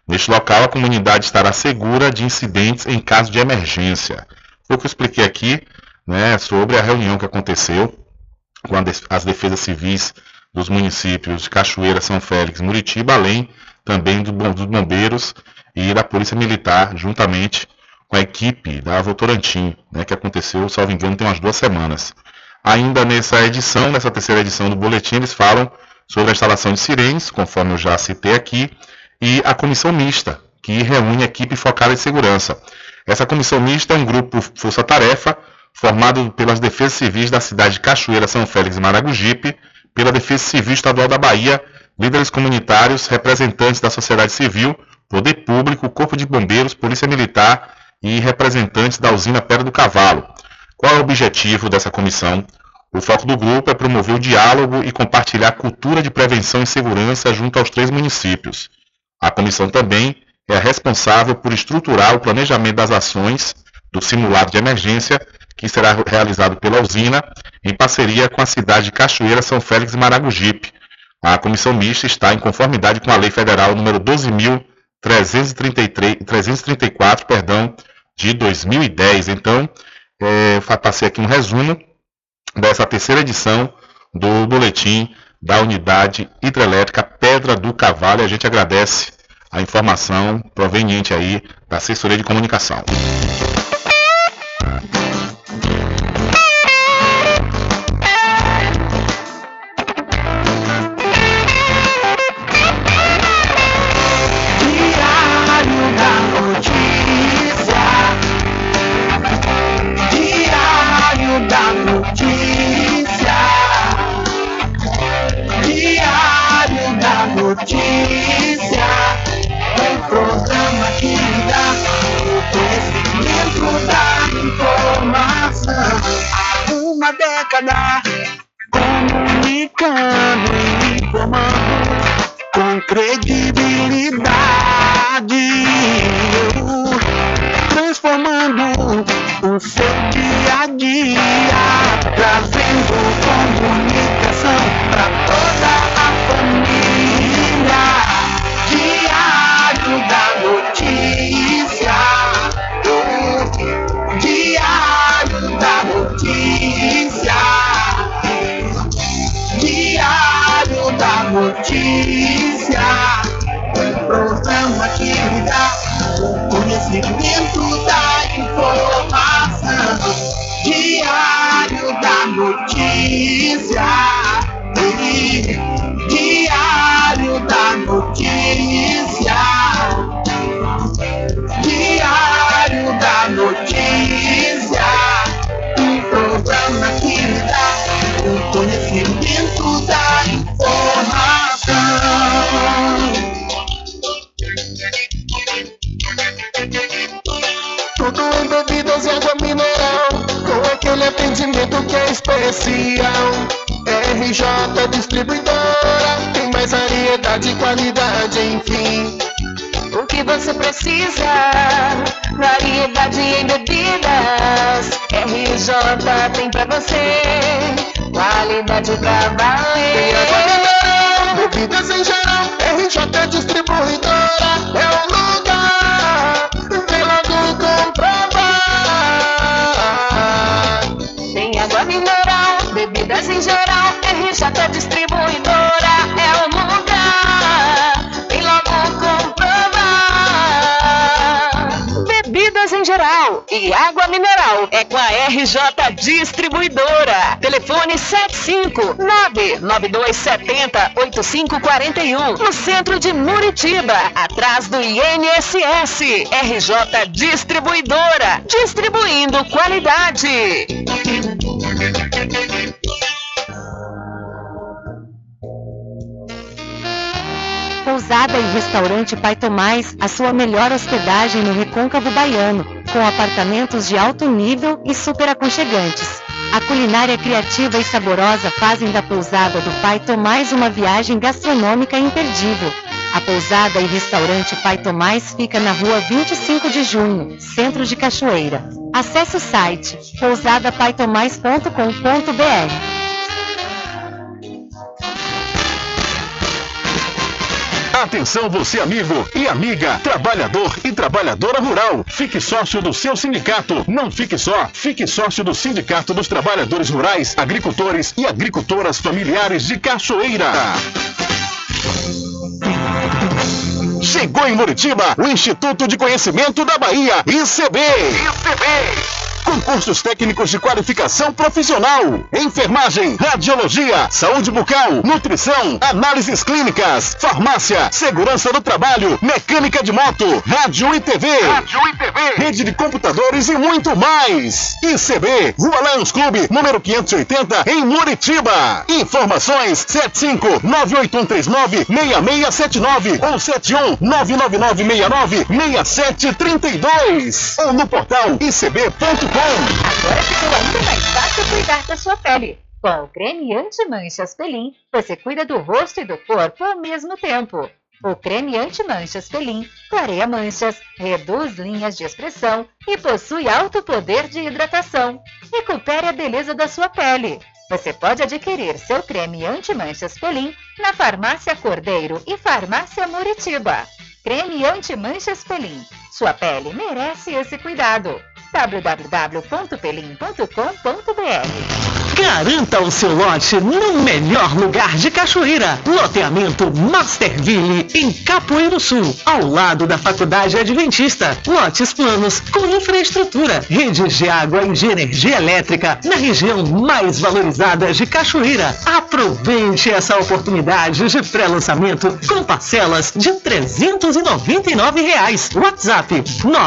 Neste local, a comunidade estará segura de incidentes em caso de emergência. Foi o que eu expliquei aqui, né, sobre a reunião que aconteceu com as defesas civis dos municípios de Cachoeira, São Félix, Muritiba, além também dos bombeiros e da Polícia Militar, juntamente com a equipe da Votorantim, né, que aconteceu, salvo engano, tem umas 2 semanas. Ainda nessa terceira edição do boletim, eles falam sobre a instalação de sirenes, conforme eu já citei aqui, e a comissão mista, que reúne a equipe focada em segurança. Essa comissão mista é um grupo força-tarefa, formado pelas defesas civis da cidade de Cachoeira, São Félix e Maragogipe, pela Defesa Civil Estadual da Bahia, líderes comunitários, representantes da sociedade civil, poder público, corpo de bombeiros, polícia militar e representantes da usina Pedra do Cavalo. Qual é o objetivo dessa comissão? O foco do grupo é promover o diálogo e compartilhar a cultura de prevenção e segurança junto aos 3 municípios. A comissão também é responsável por estruturar o planejamento das ações do simulado de emergência, que será realizado pela usina, em parceria com a cidade de Cachoeira, São Félix e Maragogipe. A comissão mista está em conformidade com a Lei Federal número 12.334, de 2010. Então, passei aqui um resumo dessa terceira edição do boletim da Unidade Hidrelétrica Pedra do Cavalo, e a gente agradece a informação proveniente aí da Assessoria de Comunicação. Notícia, um programa que dá o conhecimento da informação. Há uma década, comunicando e informando com credibilidade, transformando o seu dia a dia, trazendo comunicação para toda a família. Diário da Notícia, Diário da Notícia, Diário da Notícia, um programa que dá o conhecimento da informação. Diário da Notícia, Diário da Notícia, Diário da Notícia, um programa que dá o conhecimento da informação. Tudo em bebidas e água mineral, com aquele atendimento que é especial. RJ Distribuidora, tem mais variedade e qualidade, enfim. O que você precisa? Variedade em bebidas. RJ tem pra você. Qualidade pra valer. Tem água mineral, bebidas em geral. RJ Distribuidora é o lugar. Vem logo comprovar. Tem água mineral, bebidas em geral. RJ Distribuidora é o lugar. Vem logo comprovar. Bebidas em geral e água mineral é com a RJ Distribuidora. Telefone 75992708541, no centro de Muritiba, atrás do INSS. RJ Distribuidora, distribuindo qualidade. Pousada e Restaurante Pai Tomás, a sua melhor hospedagem no Recôncavo Baiano, com apartamentos de alto nível e super aconchegantes. A culinária criativa e saborosa fazem da Pousada do Pai Tomás uma viagem gastronômica imperdível. A Pousada e Restaurante Pai Tomás fica na rua 25 de junho, centro de Cachoeira. Acesse o site pousadapaitomais.com.br. Atenção você amigo e amiga, trabalhador e trabalhadora rural. Fique sócio do seu sindicato. Não fique só, fique sócio do Sindicato dos Trabalhadores Rurais, Agricultores e Agricultoras Familiares de Cachoeira. Chegou em Muritiba o Instituto de Conhecimento da Bahia, ICB. Concursos técnicos de qualificação profissional, enfermagem, radiologia, saúde bucal, nutrição, análises clínicas, farmácia, segurança do trabalho, mecânica de moto, rádio e TV, rede de computadores e muito mais. ICB, Rua Lions Clube, número 580, em Muritiba. Informações 75-98139-6679 ou 71-99969-6732 ou no portal icb.com. Agora ficou ainda mais fácil cuidar da sua pele. Com o creme anti-manchas Pelin, você cuida do rosto e do corpo ao mesmo tempo. O creme anti-manchas Pelin clareia manchas, reduz linhas de expressão e possui alto poder de hidratação. Recupere a beleza da sua pele. Você pode adquirir seu creme anti-manchas Pelin na Farmácia Cordeiro e Farmácia Muritiba. Creme anti-manchas Pelin. Sua pele merece esse cuidado. www.pelin.com.br. Garanta o seu lote no melhor lugar de Cachoeira. Loteamento Masterville, em Capoeiro Sul, ao lado da Faculdade Adventista. Lotes planos com infraestrutura, redes de água e de energia elétrica na região mais valorizada de Cachoeira. Aproveite essa oportunidade de pré-lançamento com parcelas de R$ 399. WhatsApp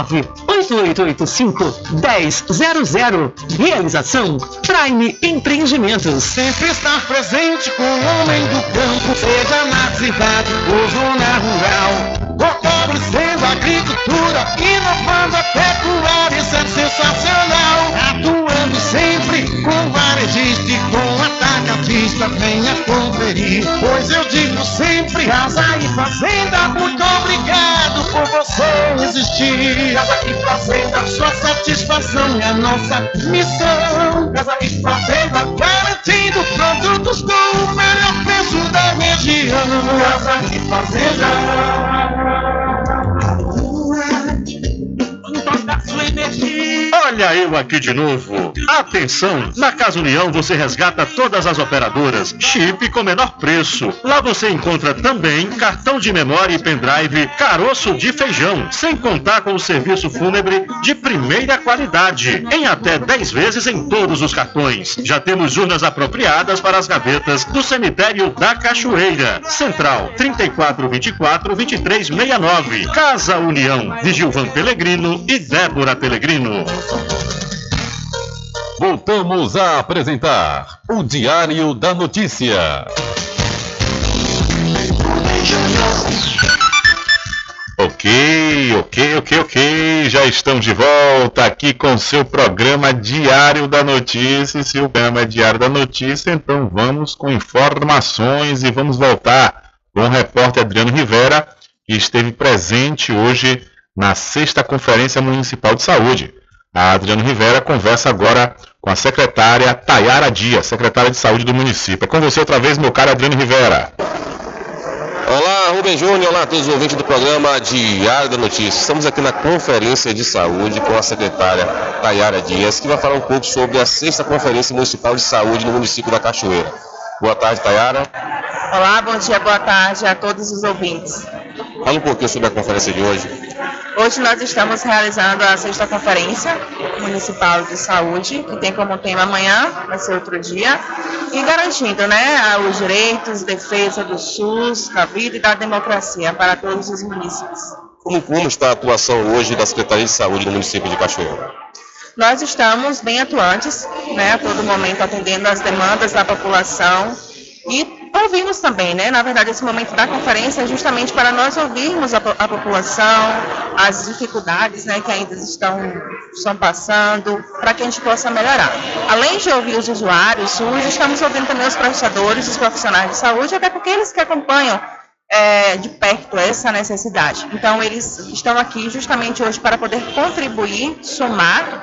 98885-1000. Realização Prime Empreendimentos. Sempre estar presente com o homem do campo, seja na cidade ou zona rural. Fortalecendo a agricultura, inovando a pecuária, isso é sensacional. Atuando sempre com varejista e com atacadista, venha conferir. Pois eu digo sempre, Casa e Fazenda, muito obrigado por você existir. Casa e Fazenda, sua satisfação é a nossa missão. Casa e Fazenda, garantindo produtos com o melhor preço da região. Casa e Fazenda. Olha eu aqui de novo. Atenção! Na Casa União você resgata todas as operadoras, chip com menor preço. Lá você encontra também cartão de memória e pendrive, caroço de feijão, sem contar com o serviço fúnebre de primeira qualidade, em até 10 vezes em todos os cartões. Já temos urnas apropriadas para as gavetas do cemitério da Cachoeira. Central 3424-2369. Casa União, de Gilvan Pelegrino e Débora Pelegrino. Voltamos a apresentar o Diário da Notícia. Ok. Já estamos de volta aqui com seu programa Diário da Notícia. Se o programa é Diário da Notícia, então vamos com informações e vamos voltar com o repórter Adriano Rivera, que esteve presente hoje na 6ª Conferência Municipal de Saúde. A Adriano Rivera conversa agora com a secretária Tayara Dias, secretária de Saúde do município. É com você outra vez, meu caro Adriano Rivera. Olá, Rubem Júnior, olá a todos os ouvintes do programa Diário da Notícia. Estamos aqui na Conferência de Saúde com a secretária Tayara Dias, que vai falar um pouco sobre a 6ª Conferência Municipal de Saúde no município da Cachoeira. Boa tarde, Tayara. Olá, bom dia, boa tarde a todos os ouvintes. Fala um pouquinho sobre a conferência de hoje. Hoje nós estamos realizando a 6ª Conferência Municipal de Saúde, que tem como tema amanhã, vai ser outro dia, e garantindo, os direitos, defesa do SUS, da vida e da democracia para todos os municípios. Como está a atuação hoje da Secretaria de Saúde do município de Cachoeira? Nós estamos bem atuantes, a todo momento atendendo às demandas da população e ouvimos também, na verdade esse momento da conferência é justamente para nós ouvirmos a população, as dificuldades que ainda estão passando, para que a gente possa melhorar. Além de ouvir os usuários, estamos ouvindo também os prestadores, os profissionais de saúde, até porque eles que acompanham de perto essa necessidade. Então eles estão aqui justamente hoje para poder contribuir, somar,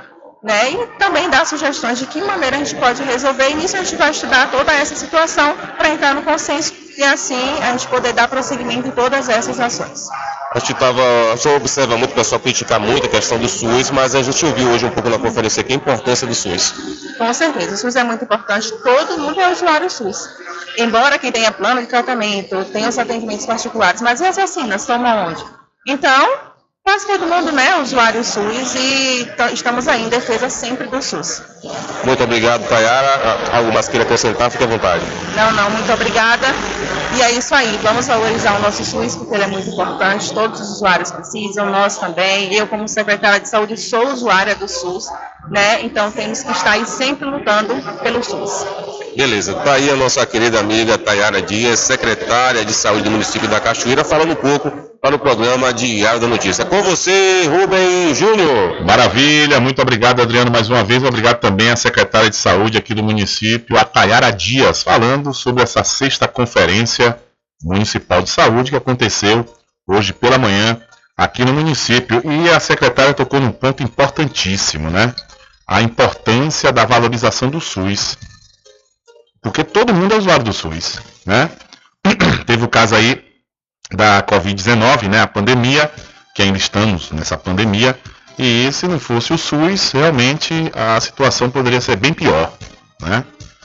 né? E também dar sugestões de que maneira a gente pode resolver. E nisso a gente vai estudar toda essa situação para entrar no consenso e assim a gente poder dar prosseguimento em todas essas ações. A gente observa muito o pessoal criticar muito a questão do SUS, mas a gente ouviu hoje um pouco na conferência aqui a importância do SUS. Com certeza, o SUS é muito importante, todo mundo é usuário do SUS. Embora quem tenha plano de tratamento, tenha os atendimentos particulares, mas e as vacinas tomam onde? Então, quase todo mundo, né, usuário do SUS e estamos aí em defesa sempre do SUS. Muito obrigado, Tayara. Algo mais queira acrescentar, fique à vontade. Não, muito obrigada. E é isso aí, vamos valorizar o nosso SUS, porque ele é muito importante, todos os usuários precisam, nós também. Eu, como secretária de saúde, sou usuária do SUS, né? Então temos que estar aí sempre lutando pelo SUS. Beleza, tá aí a nossa querida amiga Tayara Dias, secretária de saúde do município da Cachoeira, falando um pouco para o programa Diário da Notícia. Com você, Rubem Júnior. Maravilha, muito obrigado, Adriano, mais uma vez. Obrigado também à secretária de saúde aqui do município, a Tayara Dias, falando sobre essa 6ª Conferência Municipal de Saúde que aconteceu hoje pela manhã aqui no município. E a secretária tocou num ponto importantíssimo, né? A importância da valorização do SUS. Porque todo mundo é usuário do SUS, né? Teve o caso aí da Covid-19, né? A pandemia, que ainda estamos nessa pandemia, e se não fosse o SUS, realmente a situação poderia ser bem pior, né?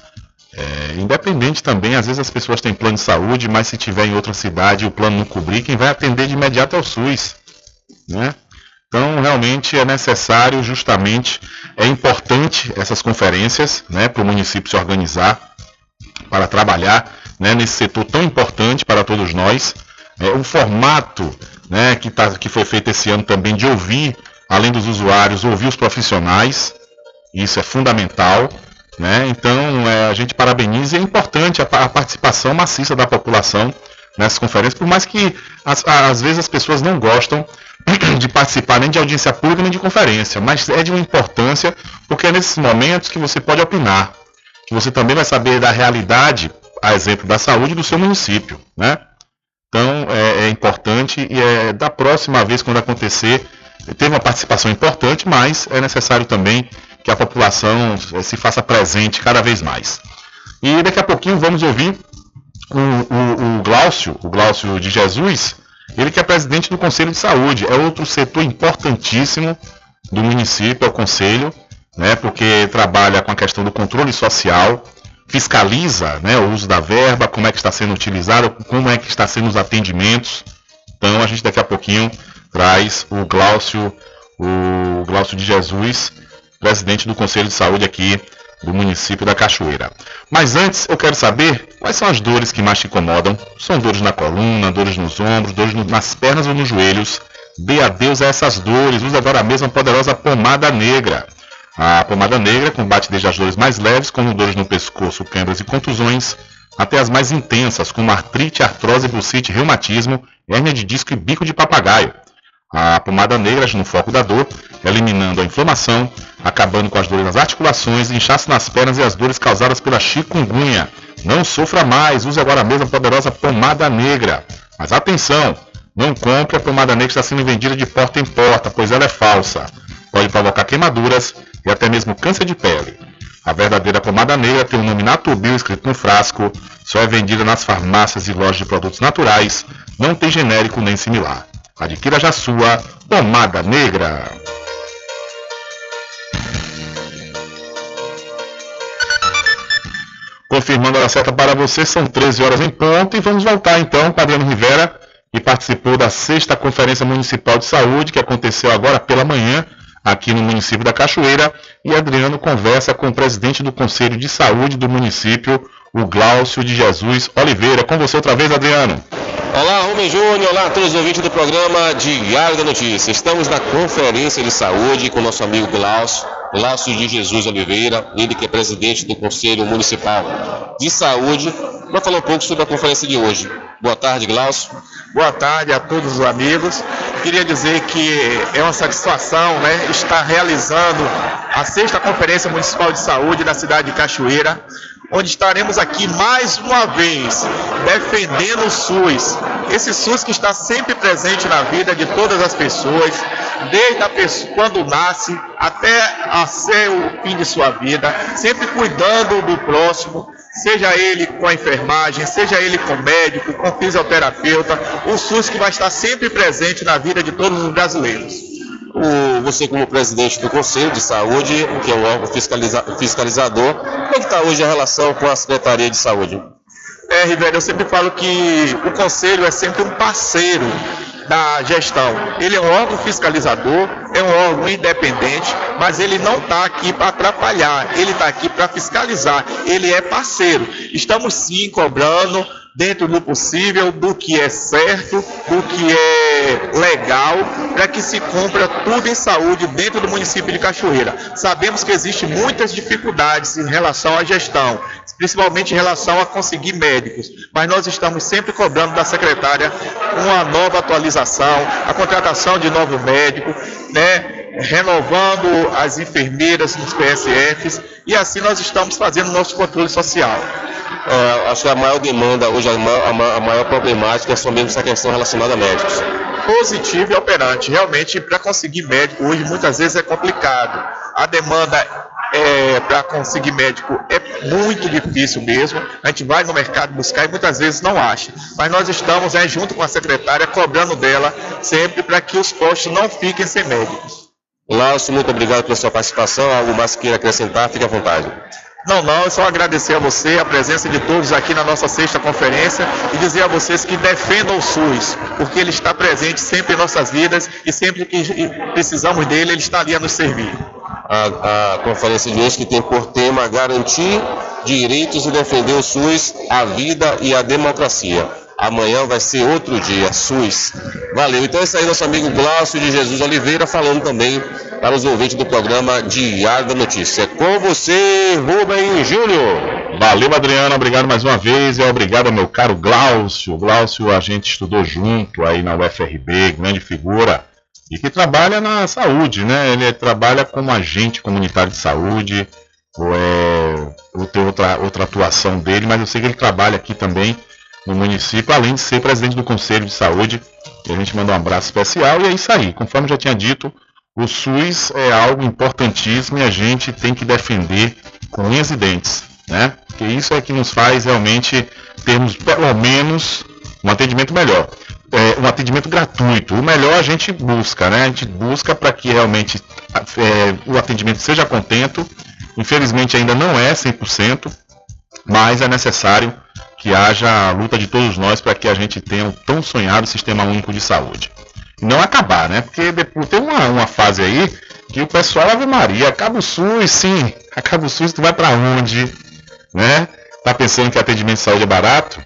Independente também, às vezes as pessoas têm plano de saúde, mas se tiver em outra cidade e o plano não cobrir, quem vai atender de imediato é o SUS, né? Então, realmente é necessário, justamente, é importante essas conferências, né, para o município se organizar, para trabalhar, né, nesse setor tão importante para todos nós. O formato, né, que foi feito esse ano também de ouvir, além dos usuários, ouvir os profissionais, isso é fundamental, né? Então a gente parabeniza e é importante a participação maciça da população nessas conferências, por mais que às vezes as pessoas não gostam de participar nem de audiência pública nem de conferência, mas é de uma importância, porque é nesses momentos que você pode opinar, que você também vai saber da realidade, a exemplo da saúde do seu município, né? Então é importante e da próxima vez quando acontecer, teve uma participação importante, mas é necessário também que a população se faça presente cada vez mais. E daqui a pouquinho vamos ouvir o Glaucio de Jesus, ele que é presidente do Conselho de Saúde, é outro setor importantíssimo do município, é o Conselho, né, porque trabalha com a questão do controle social, fiscaliza, né, o uso da verba, como é que está sendo utilizado, como é que está sendo os atendimentos. Então a gente daqui a pouquinho traz o Glaucio de Jesus, presidente do Conselho de Saúde aqui do município da Cachoeira. Mas antes eu quero saber quais são as dores que mais te incomodam. São dores na coluna, dores nos ombros, dores nas pernas ou nos joelhos. Dê adeus a essas dores, use agora mesmo a poderosa pomada negra. A pomada negra combate desde as dores mais leves, como dores no pescoço, câimbras e contusões, até as mais intensas, como artrite, artrose, bursite, reumatismo, hérnia de disco e bico de papagaio. A pomada negra age no foco da dor, eliminando a inflamação, acabando com as dores nas articulações, inchaço nas pernas e as dores causadas pela chikungunya. Não sofra mais, use agora mesmo a poderosa pomada negra. Mas atenção, não compre a pomada negra que está sendo vendida de porta em porta, pois ela é falsa. Pode provocar queimaduras e até mesmo câncer de pele. A verdadeira pomada negra tem o nome Natubio escrito no frasco, só é vendida nas farmácias e lojas de produtos naturais, não tem genérico nem similar. Adquira já sua pomada negra. Confirmando a hora certa para você, são 13 horas em ponto e vamos voltar então com Adriano Rivera, que participou da 6ª Conferência Municipal de Saúde, que aconteceu agora pela manhã, aqui no município da Cachoeira, e Adriano conversa com o presidente do Conselho de Saúde do município, o Glaucio de Jesus Oliveira. Com você outra vez, Adriano. Olá, Rubem Júnior, olá a todos os ouvintes do programa Diário da Notícia. Estamos na Conferência de Saúde com nosso amigo Glaucio de Jesus Oliveira, ele que é presidente do Conselho Municipal de Saúde, para falar um pouco sobre a conferência de hoje. Boa tarde, Glaucio. Boa tarde a todos os amigos. Queria dizer que é uma satisfação, né, estar realizando a 6ª Conferência Municipal de Saúde da cidade de Cachoeira, onde estaremos aqui mais uma vez defendendo o SUS. Esse SUS que está sempre presente na vida de todas as pessoas, desde a pessoa quando nasce até a ser o fim de sua vida, sempre cuidando do próximo, seja ele com a enfermagem, seja ele com o médico, com o fisioterapeuta, o SUS que vai estar sempre presente na vida de todos os brasileiros. Você como presidente do Conselho de Saúde, que é o órgão fiscalizador, como é que está hoje a relação com a Secretaria de Saúde? Rivelli, eu sempre falo que o Conselho é sempre um parceiro da gestão. Ele é um órgão fiscalizador, é um órgão independente, mas ele não está aqui para atrapalhar, ele está aqui para fiscalizar, ele é parceiro. Estamos sim cobrando, dentro do possível, do que é certo, do que é legal, para que se cumpra tudo em saúde dentro do município de Cachoeira. Sabemos que existem muitas dificuldades em relação à gestão, principalmente em relação a conseguir médicos, mas nós estamos sempre cobrando da secretária uma nova atualização, a contratação de novo médico, renovando as enfermeiras nos PSFs, e assim nós estamos fazendo nosso controle social. Acho que a maior demanda hoje, a maior problemática é só mesmo essa questão relacionada a médicos. Positivo e operante. Realmente, para conseguir médico hoje, muitas vezes é complicado. A demanda para conseguir médico é muito difícil mesmo. A gente vai no mercado buscar e muitas vezes não acha. Mas nós estamos, junto com a secretária, cobrando dela sempre para que os postos não fiquem sem médicos. Lácio, muito obrigado pela sua participação. Algo mais que queira acrescentar, fique à vontade. Não, é só agradecer a você, a presença de todos aqui na nossa 6ª conferência e dizer a vocês que defendam o SUS, porque ele está presente sempre em nossas vidas e sempre que precisamos dele, ele está ali a nos servir. A conferência de hoje que tem por tema garantir direitos e defender o SUS, a vida e a democracia. Amanhã vai ser outro dia, SUS. Valeu. Então é isso aí, nosso amigo Glaucio de Jesus Oliveira, falando também para os ouvintes do programa Diário da Notícia. Com você, Rubem Júnior. Valeu, Adriana. Obrigado mais uma vez. E obrigado ao meu caro Glaucio. Glaucio, a gente estudou junto aí na UFRB, grande figura. E que trabalha na saúde, né? Ele trabalha como agente comunitário de saúde. Eu tenho outra atuação dele, mas eu sei que ele trabalha aqui também no município, além de ser presidente do Conselho de Saúde. E a gente manda um abraço especial e é isso aí. Conforme já tinha dito, o SUS é algo importantíssimo e a gente tem que defender com unhas e dentes, né? Porque isso é que nos faz realmente termos pelo menos um atendimento melhor. Um atendimento gratuito. O melhor a gente busca, né? A gente busca para que realmente o atendimento seja contento. Infelizmente ainda não é 100%, mas é necessário que haja a luta de todos nós para que a gente tenha o tão sonhado Sistema Único de Saúde. E não acabar, né? Porque depois tem uma fase aí que o pessoal, Ave Maria, acaba o SUS, sim. Acaba o SUS, tu vai para onde? Né? Tá pensando que atendimento de saúde é barato?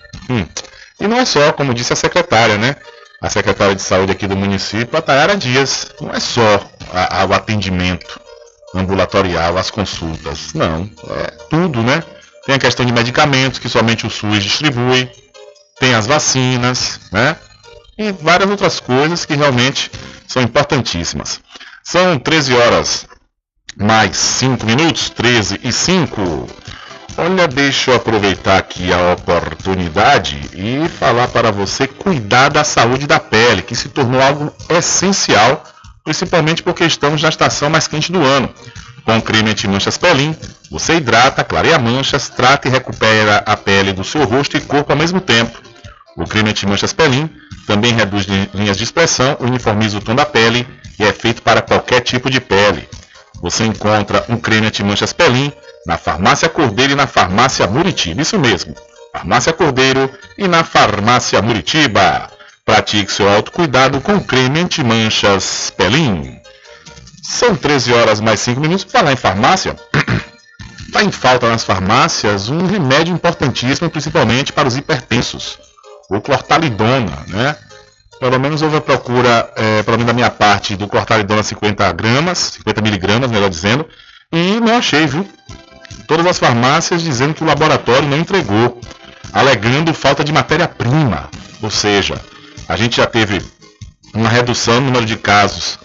E não é só, como disse a secretária, né? A secretária de saúde aqui do município, a Tayara Dias. Não é só o atendimento ambulatorial, as consultas. Não, é tudo, né? Tem a questão de medicamentos que somente o SUS distribui. Tem as vacinas, né? E várias outras coisas que realmente são importantíssimas. São 13 horas mais 5 minutos, 13 e 5. Olha, deixa eu aproveitar aqui a oportunidade e falar para você cuidar da saúde da pele, que se tornou algo essencial, principalmente porque estamos na estação mais quente do ano. Com o creme anti-manchas Pelin, você hidrata, clareia manchas, trata e recupera a pele do seu rosto e corpo ao mesmo tempo. O creme anti-manchas Pelin também reduz linhas de expressão, uniformiza o tom da pele e é feito para qualquer tipo de pele. Você encontra um creme anti-manchas Pelin na Farmácia Cordeiro e na Farmácia Muritiba. Isso mesmo, Farmácia Cordeiro e na Farmácia Muritiba. Pratique seu autocuidado com creme anti-manchas Pelin. São 13 horas mais 5 minutos. Para falar em farmácia, está em falta nas farmácias um remédio importantíssimo, principalmente para os hipertensos, o clortalidona, né? Pelo menos houve a procura, pelo menos da minha parte, do clortalidona 50 miligramas, melhor dizendo, e não achei, viu? Todas as farmácias dizendo que o laboratório não entregou, alegando falta de matéria-prima. Ou seja, a gente já teve uma redução no número de casos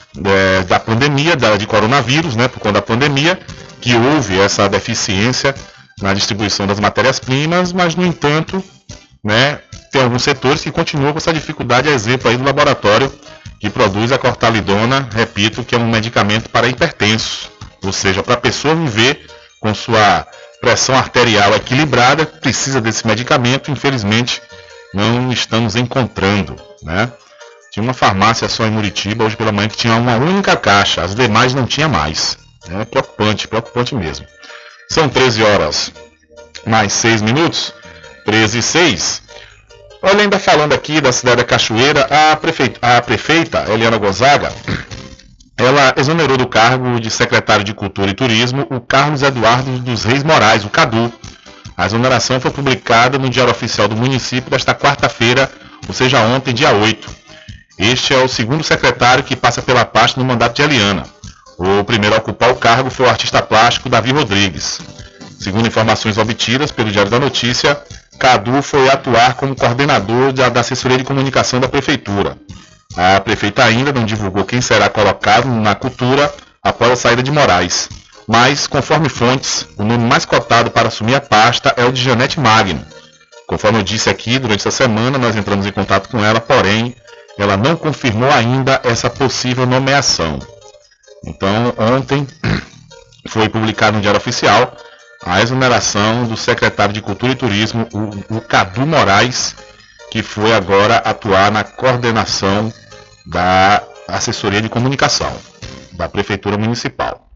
da pandemia, de coronavírus, né, por conta da pandemia, que houve essa deficiência na distribuição das matérias-primas, mas, no entanto, né, tem alguns setores que continuam com essa dificuldade, a exemplo aí do laboratório que produz a cortalidona, repito, que é um medicamento para hipertensos, ou seja, para a pessoa viver com sua pressão arterial equilibrada, precisa desse medicamento, infelizmente não estamos encontrando, né? Tinha uma farmácia só em Muritiba, hoje pela manhã, que tinha uma única caixa, as demais não tinha mais. É preocupante, preocupante mesmo. São 13 horas mais 6 minutos, 13 e 6. Olha, ainda falando aqui da cidade da Cachoeira, a prefeita Eliana Gonzaga, ela exonerou do cargo de secretário de Cultura e Turismo o Carlos Eduardo dos Reis Moraes, o Cadu. A exoneração foi publicada no Diário Oficial do município desta quarta-feira, ou seja, ontem, dia 8. Este é o segundo secretário que passa pela pasta no mandato de Eliana. O primeiro a ocupar o cargo foi o artista plástico Davi Rodrigues. Segundo informações obtidas pelo Diário da Notícia, Cadu foi atuar como coordenador da assessoria de comunicação da prefeitura. A prefeita ainda não divulgou quem será colocado na cultura após a saída de Moraes. Mas, conforme fontes, o nome mais cotado para assumir a pasta é o de Janete Magno. Conforme eu disse aqui, durante essa semana nós entramos em contato com ela, porém, ela não confirmou ainda essa possível nomeação. Então, ontem foi publicado no Diário Oficial a exoneração do secretário de Cultura e Turismo, o Cadu Moraes, que foi agora atuar na coordenação da assessoria de comunicação da Prefeitura Municipal.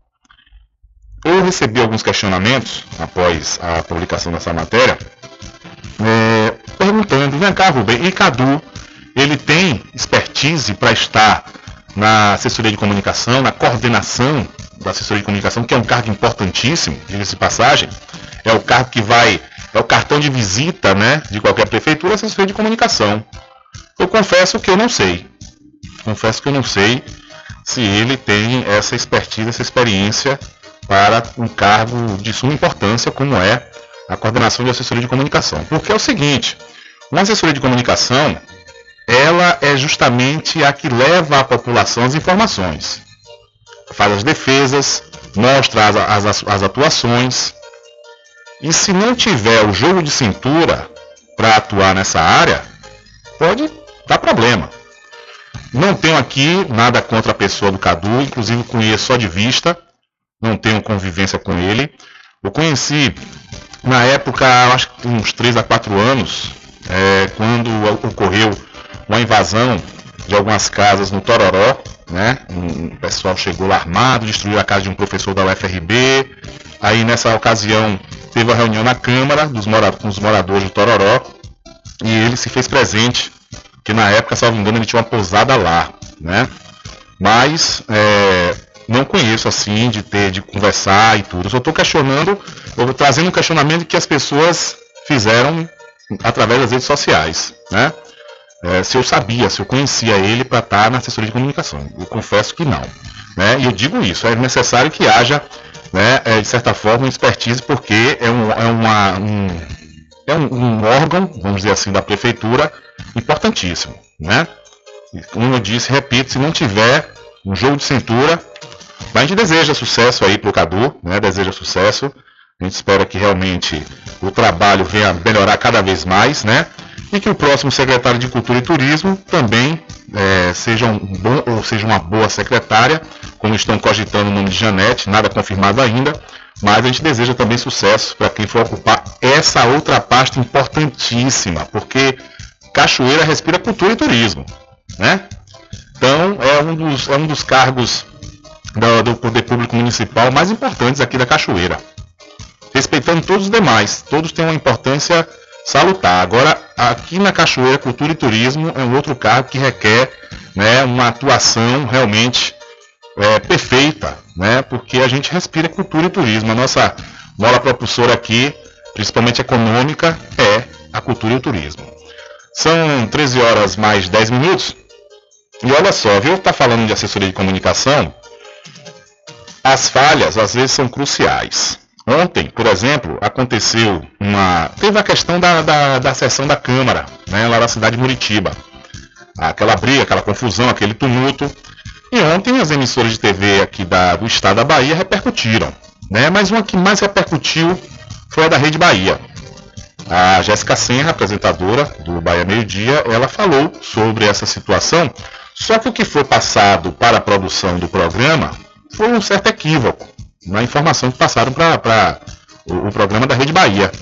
Eu recebi alguns questionamentos após a publicação dessa matéria, perguntando, vem cá, Rubem, e Cadu, ele tem expertise para estar na assessoria de comunicação, na coordenação da assessoria de comunicação, que é um cargo importantíssimo, diga-se de passagem, é o cargo que é o cartão de visita, né, de qualquer prefeitura, a assessoria de comunicação. Eu confesso que eu não sei. Se ele tem essa expertise, essa experiência para um cargo de suma importância, como é a coordenação de assessoria de comunicação. Porque é o seguinte, uma assessoria de comunicação, ela é justamente a que leva à população as informações. Faz as defesas, mostra as atuações. E se não tiver o jogo de cintura para atuar nessa área, pode dar problema. Não tenho aqui nada contra a pessoa do Cadu, inclusive conheço só de vista, não tenho convivência com ele. Eu conheci na época, acho que uns 3 a 4 anos, quando ocorreu uma invasão de algumas casas no Tororó, né? O pessoal chegou lá armado, destruiu a casa de um professor da UFRB. Aí nessa ocasião teve a reunião na Câmara com os moradores do Tororó e ele se fez presente, que na época, salvo engano, ele tinha uma pousada lá, né? Mas não conheço assim de conversar e tudo. Eu só estou trazendo um questionamento que as pessoas fizeram através das redes sociais, né? Se eu conhecia ele para estar na assessoria de comunicação. Eu confesso que não, né? E eu digo isso, é necessário que haja, né, de certa forma, uma expertise, porque é um órgão, vamos dizer assim, da prefeitura importantíssimo, né? E, como eu disse, repito, se não tiver um jogo de cintura, a gente deseja sucesso aí pro Cadu, né? Deseja sucesso. A gente espera que realmente o trabalho venha melhorar cada vez mais, né? E que o próximo secretário de Cultura e Turismo também seja uma boa secretária, como estão cogitando o nome de Janete, nada confirmado ainda, mas a gente deseja também sucesso para quem for ocupar essa outra pasta importantíssima, porque Cachoeira respira cultura e turismo, né? Então é um dos cargos do poder público municipal mais importantes aqui da Cachoeira, respeitando todos os demais, todos têm uma importância salutar. Agora, aqui na Cachoeira, Cultura e Turismo é um outro cargo que requer, né, uma atuação realmente perfeita, né, porque a gente respira cultura e turismo. A nossa mola propulsora aqui, principalmente econômica, é a cultura e o turismo. São 13 horas mais 10 minutos. E olha só, viu, tá falando de assessoria de comunicação, as falhas às vezes são cruciais. Ontem, por exemplo, teve a questão da sessão da Câmara, né, lá na cidade de Muritiba. Aquela briga, aquela confusão, aquele tumulto. E ontem as emissoras de TV aqui do estado da Bahia repercutiram, né? Mas uma que mais repercutiu foi a da Rede Bahia. A Jéssica Senra, apresentadora do Bahia Meio Dia, ela falou sobre essa situação, só que o que foi passado para a produção do programa foi um certo equívoco na informação que passaram para o programa da Rede Bahia.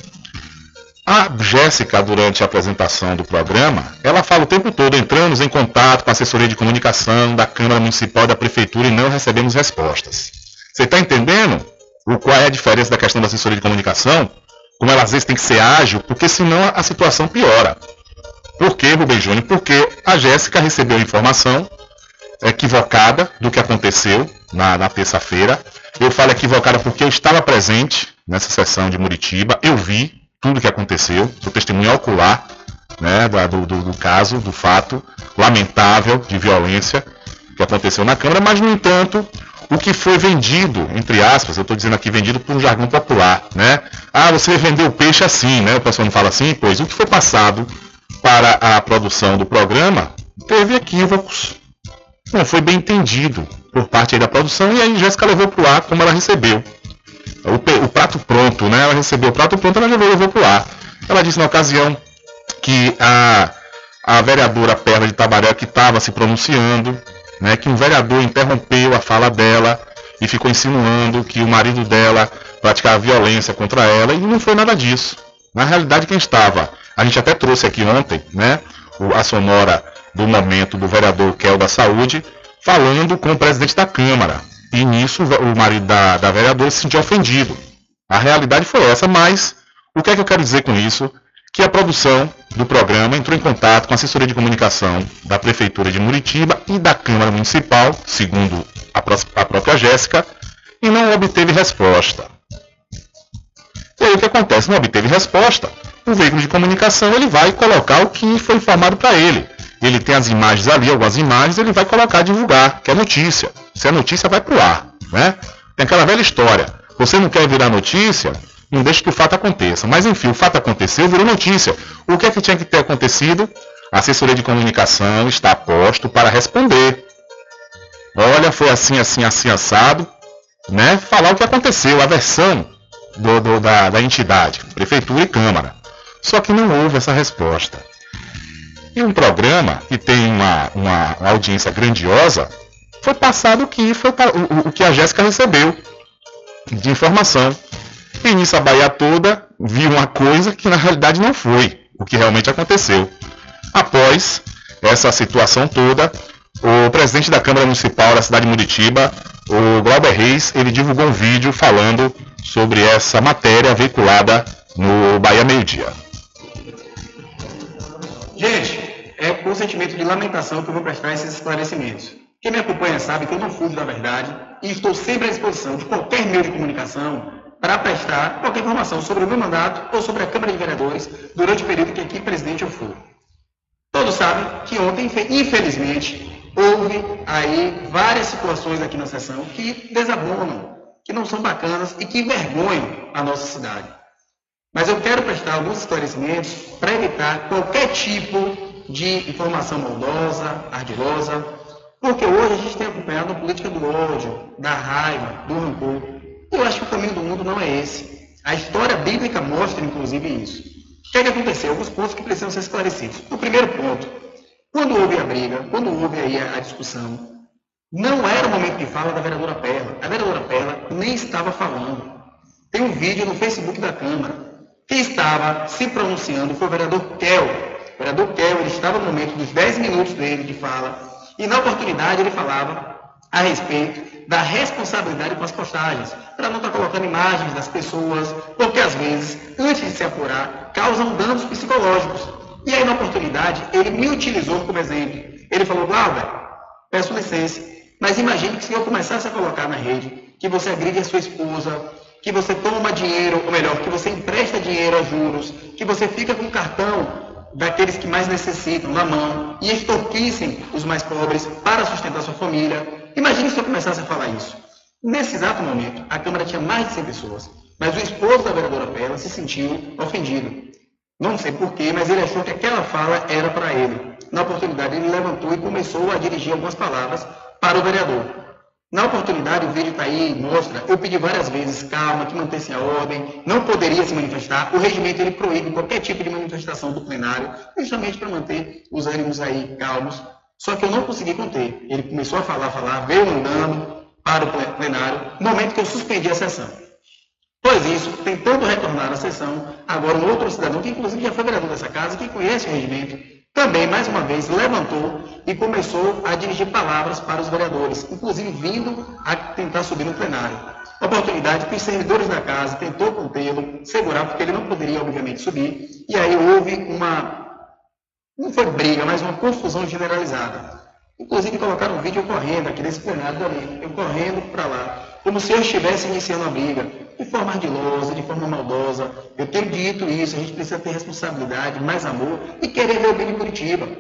A Jéssica, durante a apresentação do programa, ela fala o tempo todo: entramos em contato com a assessoria de comunicação da Câmara Municipal e da Prefeitura e não recebemos respostas. Você está entendendo qual é a diferença da questão da assessoria de comunicação? Como ela às vezes tem que ser ágil, porque senão a situação piora. Por quê, Rubem Júnior? Porque a Jéssica recebeu a informação equivocada do que aconteceu na terça-feira. Eu falo equivocada porque eu estava presente nessa sessão de Muritiba, eu vi tudo o que aconteceu, sou testemunha ocular, né, do caso, do fato lamentável de violência que aconteceu na Câmara, mas, no entanto, o que foi vendido, entre aspas, eu estou dizendo aqui vendido por um jargão popular, né? Ah, você vendeu o peixe assim, né? O pessoal não fala assim, pois o que foi passado para a produção do programa teve equívocos, não foi bem entendido por parte aí da produção, e aí Jéssica levou para o ar como ela recebeu. O prato pronto, né? Ela recebeu o prato pronto, ela já levou para o ar. Ela disse na ocasião que a vereadora Perla de Tabaré, que estava se pronunciando, né, que um vereador interrompeu a fala dela e ficou insinuando que o marido dela praticava violência contra ela, e não foi nada disso. Na realidade, quem estava, a gente até trouxe aqui ontem, né, a sonora do momento do vereador Kel da Saúde, falando com o presidente da Câmara, e nisso o marido da vereadora se sentiu ofendido. A realidade foi essa, mas o que é que eu quero dizer com isso? Que a produção do programa entrou em contato com a assessoria de comunicação da Prefeitura de Muritiba e da Câmara Municipal, segundo a própria Jéssica, e não obteve resposta. E aí o que acontece? Não obteve resposta. O veículo de comunicação ele vai colocar o que foi informado para ele. Ele tem as imagens ali, algumas imagens, ele vai colocar, divulgar, que é notícia. Se é notícia, vai para o ar, né? Tem aquela velha história. Você não quer virar notícia, não deixe que o fato aconteça. Mas enfim, o fato aconteceu, virou notícia. O que é que tinha que ter acontecido? A assessoria de comunicação está a posto para responder. Olha, foi assim, assim, assim, assado, né? Falar o que aconteceu, a versão da entidade, Prefeitura e Câmara. Só que não houve essa resposta. E um programa que tem uma audiência grandiosa, foi passado o que a Jéssica recebeu de informação. E nisso a Bahia toda viu uma coisa que na realidade não foi o que realmente aconteceu. Após essa situação toda, o presidente da Câmara Municipal da cidade de Muritiba, o Glauber Reis, ele divulgou um vídeo falando sobre essa matéria veiculada no Bahia Meio Dia. Gente, é com sentimento de lamentação que eu vou prestar esses esclarecimentos. Quem me acompanha sabe que eu não fujo da verdade e estou sempre à disposição de qualquer meio de comunicação para prestar qualquer informação sobre o meu mandato ou sobre a Câmara de Vereadores durante o período que aqui presidente eu for. Todos sabem que ontem, infelizmente, houve aí várias situações aqui na sessão que desabonam, que não são bacanas e que envergonham a nossa cidade. Mas eu quero prestar alguns esclarecimentos para evitar qualquer tipo de informação maldosa, ardilosa, porque hoje a gente tem acompanhado a política do ódio, da raiva, do rancor. Eu acho que o caminho do mundo não é esse. A história bíblica mostra, inclusive, isso. O que é que aconteceu? Alguns pontos que precisam ser esclarecidos. O primeiro ponto, quando houve a briga, quando houve aí a discussão, não era o momento de fala da vereadora Perla. A vereadora Perla nem estava falando. Tem um vídeo no Facebook da Câmara. Quem estava se pronunciando foi o vereador Kel. O vereador Kel, ele estava no momento dos 10 minutos dele de fala, e na oportunidade ele falava a respeito da responsabilidade com as postagens, para não estar colocando imagens das pessoas, porque às vezes, antes de se apurar, causam danos psicológicos. E aí na oportunidade, ele me utilizou como exemplo. Ele falou: Glauber, peço licença, mas imagine que se eu começasse a colocar na rede que você agride a sua esposa, que você toma dinheiro, ou melhor, que você empresta dinheiro a juros, que você fica com cartão daqueles que mais necessitam na mão e extorquissem os mais pobres para sustentar sua família. Imagine se eu começasse a falar isso. Nesse exato momento, a Câmara tinha mais de 100 pessoas, mas o esposo da vereadora Perla se sentiu ofendido. Não sei porquê, mas ele achou que aquela fala era para ele. Na oportunidade, ele levantou e começou a dirigir algumas palavras para o vereador. Na oportunidade, o vídeo está aí, mostra, eu pedi várias vezes, calma, que mantesse a ordem, não poderia se manifestar. O regimento ele proíbe qualquer tipo de manifestação do plenário, justamente para manter os ânimos aí calmos. Só que eu não consegui conter. Ele começou a falar, veio andando para o plenário, no momento que eu suspendi a sessão. Pois isso, tentando retornar à sessão, agora um outro cidadão, que inclusive já foi vereador dessa casa, que conhece o regimento, também, mais uma vez, levantou e começou a dirigir palavras para os vereadores, inclusive vindo a tentar subir no plenário. Oportunidade que os servidores da casa tentou contê-lo, segurar, porque ele não poderia, obviamente, subir, e aí houve não foi briga, mas uma confusão generalizada. Inclusive colocaram um vídeo correndo aqui desse plenário dali, eu correndo para lá, como se eu estivesse iniciando a briga, de forma ardilosa, de forma maldosa. Eu tenho dito isso, a gente precisa ter responsabilidade, mais amor e querer ver o bem de Curitiba.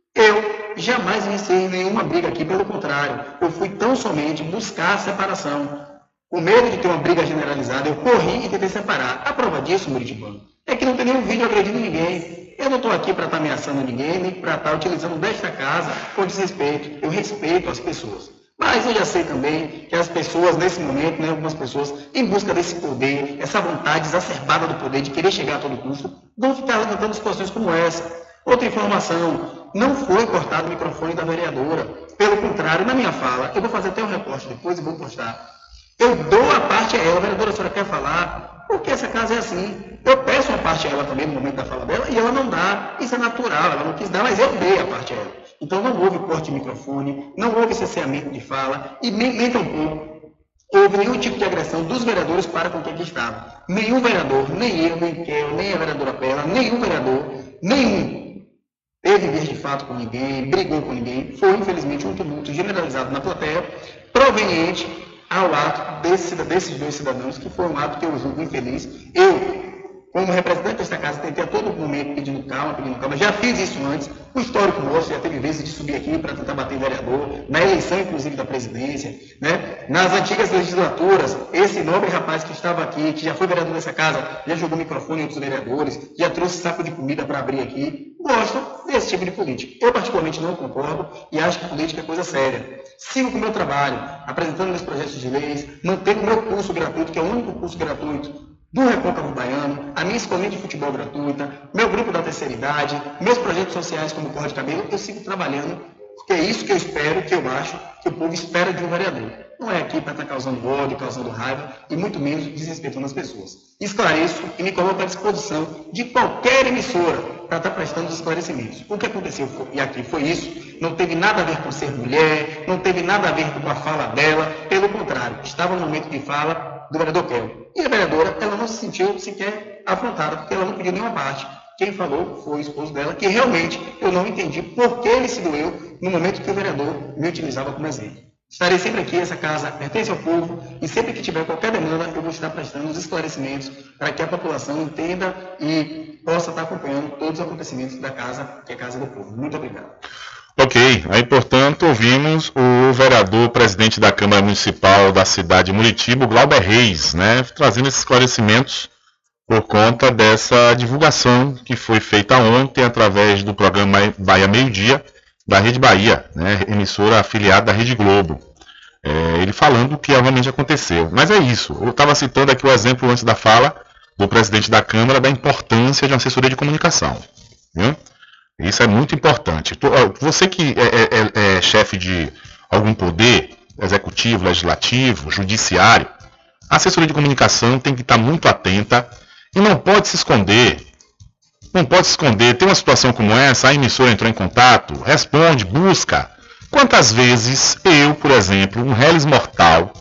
Eu jamais iniciei nenhuma briga aqui, pelo contrário, eu fui tão somente buscar a separação. Com medo de ter uma briga generalizada, eu corri e tentei separar. A prova disso, Muritibano, é que não tem nenhum vídeo agredindo ninguém. Eu não estou aqui para estar ameaçando ninguém, nem para estar utilizando desta casa com desrespeito. Eu respeito as pessoas. Mas eu já sei também que as pessoas, nesse momento, né, algumas pessoas, em busca desse poder, essa vontade exacerbada do poder de querer chegar a todo custo, vão ficar levantando situações como essa. Outra informação, não foi cortado o microfone da vereadora. Pelo contrário, na minha fala, eu vou fazer até um recorte depois e vou postar. Eu dou a parte a ela, vereadora, a senhora quer falar? Porque essa casa é assim. Eu peço uma parte a ela também no momento da fala dela e ela não dá. Isso é natural, ela não quis dar, mas eu dei a parte a ela. Então não houve corte de microfone, não houve cerceamento de fala e nem tampouco houve nenhum tipo de agressão dos vereadores para com quem aqui estava. Nenhum vereador, nem eu, nem Kel, nem a vereadora Pela, nenhum vereador, nenhum teve vez de fato com ninguém, brigou com ninguém. Foi, infelizmente, um tumulto generalizado na plateia, proveniente ao ato desses dois cidadãos, que foi um ato que eu julgo infeliz. Eu, como representante desta casa, tentei a todo momento pedindo calma, já fiz isso antes, o histórico nosso já teve vezes de subir aqui para tentar bater em vereador, na eleição inclusive da presidência, né? Nas antigas legislaturas, esse nobre rapaz que estava aqui, que já foi vereador dessa casa, já jogou microfone em outros vereadores, já trouxe saco de comida para abrir aqui, gosto desse tipo de política. Eu particularmente não concordo e acho que política é coisa séria. Sigo com o meu trabalho, apresentando meus projetos de leis, mantendo o meu curso gratuito, que é o único curso gratuito do Recôncavo Baiano, a minha escolinha de futebol gratuita, meu grupo da terceira idade, meus projetos sociais como Cor de Cabelo, eu sigo trabalhando, porque é isso que eu espero, que eu acho, que o povo espera de um vereador. Não é aqui para estar causando ódio, causando raiva, e muito menos desrespeitando as pessoas. Esclareço e me coloco à disposição de qualquer emissora para estar prestando os esclarecimentos. O que aconteceu e aqui foi isso, não teve nada a ver com ser mulher, não teve nada a ver com a fala dela, pelo contrário, estava no momento de fala do vereador Kel. E a vereadora, ela não se sentiu sequer afrontada, porque ela não pediu nenhuma parte. Quem falou foi o esposo dela, que realmente eu não entendi por que ele se doeu no momento que o vereador me utilizava como exemplo. Estarei sempre aqui, essa casa pertence ao povo, e sempre que tiver qualquer demanda, eu vou estar prestando os esclarecimentos para que a população entenda e possa estar acompanhando todos os acontecimentos da casa, que é a Casa do Povo. Muito obrigado. Ok, aí portanto ouvimos o vereador presidente da Câmara Municipal da cidade de Muritiba, Glauber Reis, né, trazendo esses esclarecimentos por conta dessa divulgação que foi feita ontem através do programa Bahia Meio Dia da Rede Bahia, né, emissora afiliada da Rede Globo. Ele falando o que realmente aconteceu. Mas é isso, eu estava citando aqui o exemplo antes da fala do presidente da Câmara da importância de uma assessoria de comunicação, viu? Isso é muito importante. Você que é chefe de algum poder, executivo, legislativo, judiciário, a assessoria de comunicação tem que estar muito atenta e não pode se esconder. Não pode se esconder. Tem uma situação como essa, a emissora entrou em contato, responde, busca. Quantas vezes eu, por exemplo, um réis mortal,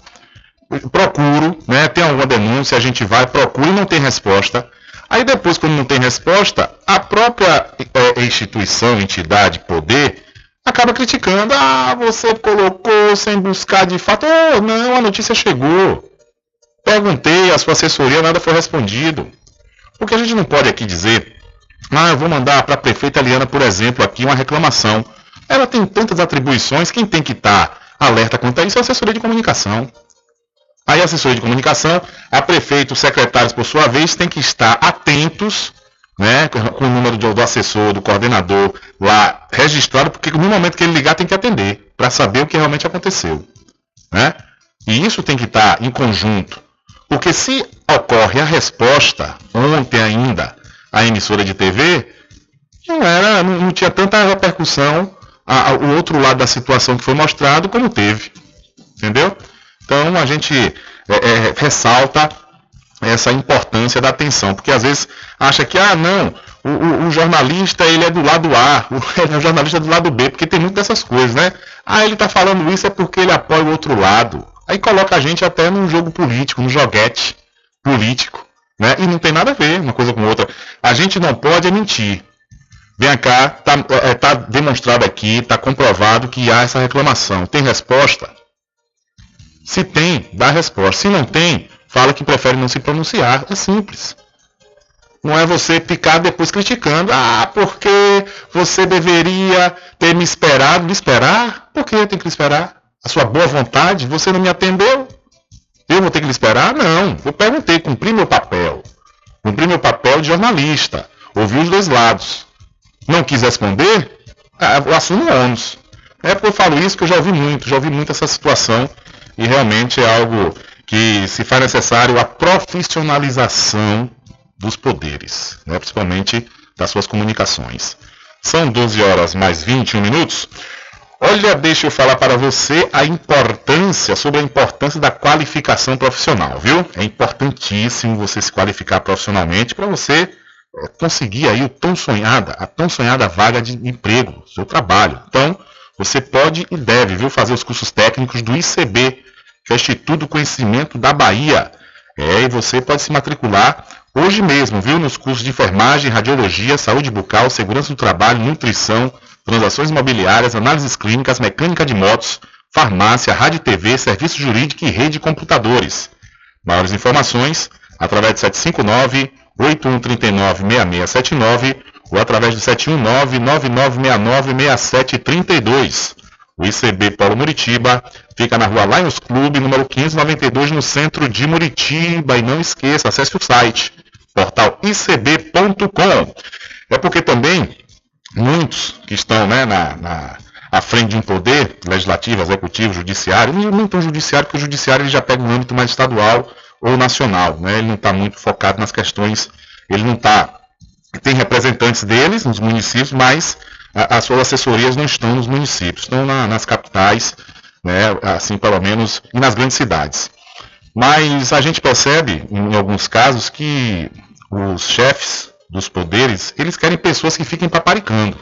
procuro, né, tem alguma denúncia, a gente vai, procura e não tem resposta. Aí depois, quando não tem resposta, a própria instituição, entidade, poder, acaba criticando. Ah, você colocou sem buscar de fato. Oh, não, a notícia chegou. Perguntei à sua assessoria, nada foi respondido. Porque a gente não pode aqui dizer, eu vou mandar para a prefeita Eliana, por exemplo, aqui uma reclamação. Ela tem tantas atribuições, quem tem que estar alerta quanto a isso é a assessoria de comunicação. Aí a assessoria de comunicação, a prefeito, os secretários, por sua vez, têm que estar atentos, né, com o número do assessor, do coordenador lá registrado, porque no momento que ele ligar tem que atender, para saber o que realmente aconteceu. né? E isso tem que estar em conjunto. Porque se ocorre a resposta, ontem ainda, à emissora de TV, não tinha tanta repercussão o outro lado da situação que foi mostrado como teve. Entendeu? Então a gente ressalta essa importância da atenção, porque às vezes acha que, o jornalista ele é do lado A, o jornalista é do lado B, porque tem muito dessas coisas, né? Ele está falando isso é porque ele apoia o outro lado. Aí coloca a gente até num jogo político, num joguete político, né? E não tem nada a ver uma coisa com outra. A gente não pode mentir. Vem cá, tá demonstrado aqui, está comprovado que há essa reclamação. Tem resposta? Se tem, dá a resposta. Se não tem, fala que prefere não se pronunciar. É simples. Não é você ficar depois criticando. Porque você deveria ter me esperado. Me esperar? Por que eu tenho que lhe esperar? A sua boa vontade? Você não me atendeu? Eu vou ter que lhe esperar? Não. Eu perguntei, cumpri meu papel. Cumpri meu papel de jornalista. Ouvi os dois lados. Não quis responder? Eu assumo ônus. É porque eu falo isso que eu já ouvi muito essa situação. E realmente é algo que se faz necessário a profissionalização dos poderes, né? Principalmente das suas comunicações. São 12 horas mais 21 minutos. Olha, deixa eu falar para você sobre a importância da qualificação profissional, viu? É importantíssimo você se qualificar profissionalmente para você conseguir aí a tão sonhada vaga de emprego, seu trabalho. Então, você pode e deve, viu, fazer os cursos técnicos do ICB, que é o Instituto do Conhecimento da Bahia. E você pode se matricular hoje mesmo, viu, nos cursos de enfermagem, radiologia, saúde bucal, segurança do trabalho, nutrição, transações imobiliárias, análises clínicas, mecânica de motos, farmácia, rádio e TV, serviço jurídico e rede de computadores. Maiores informações através de 759-8139-6679 ou através do 719-9969-6732. O ICB Polo Muritiba fica na rua Lions Clube, número 1592, no centro de Muritiba. E não esqueça, acesse o site, portal icb.com. É porque também muitos que estão, né, à frente de um poder legislativo, executivo, judiciário, e não tão judiciário, porque o judiciário ele já pega um âmbito mais estadual ou nacional, né? Ele não está muito focado nas questões, tem representantes deles nos municípios, mas as suas assessorias não estão nos municípios, estão nas capitais, né, assim pelo menos, e nas grandes cidades. Mas a gente percebe, em alguns casos, que os chefes dos poderes, eles querem pessoas que fiquem paparicando,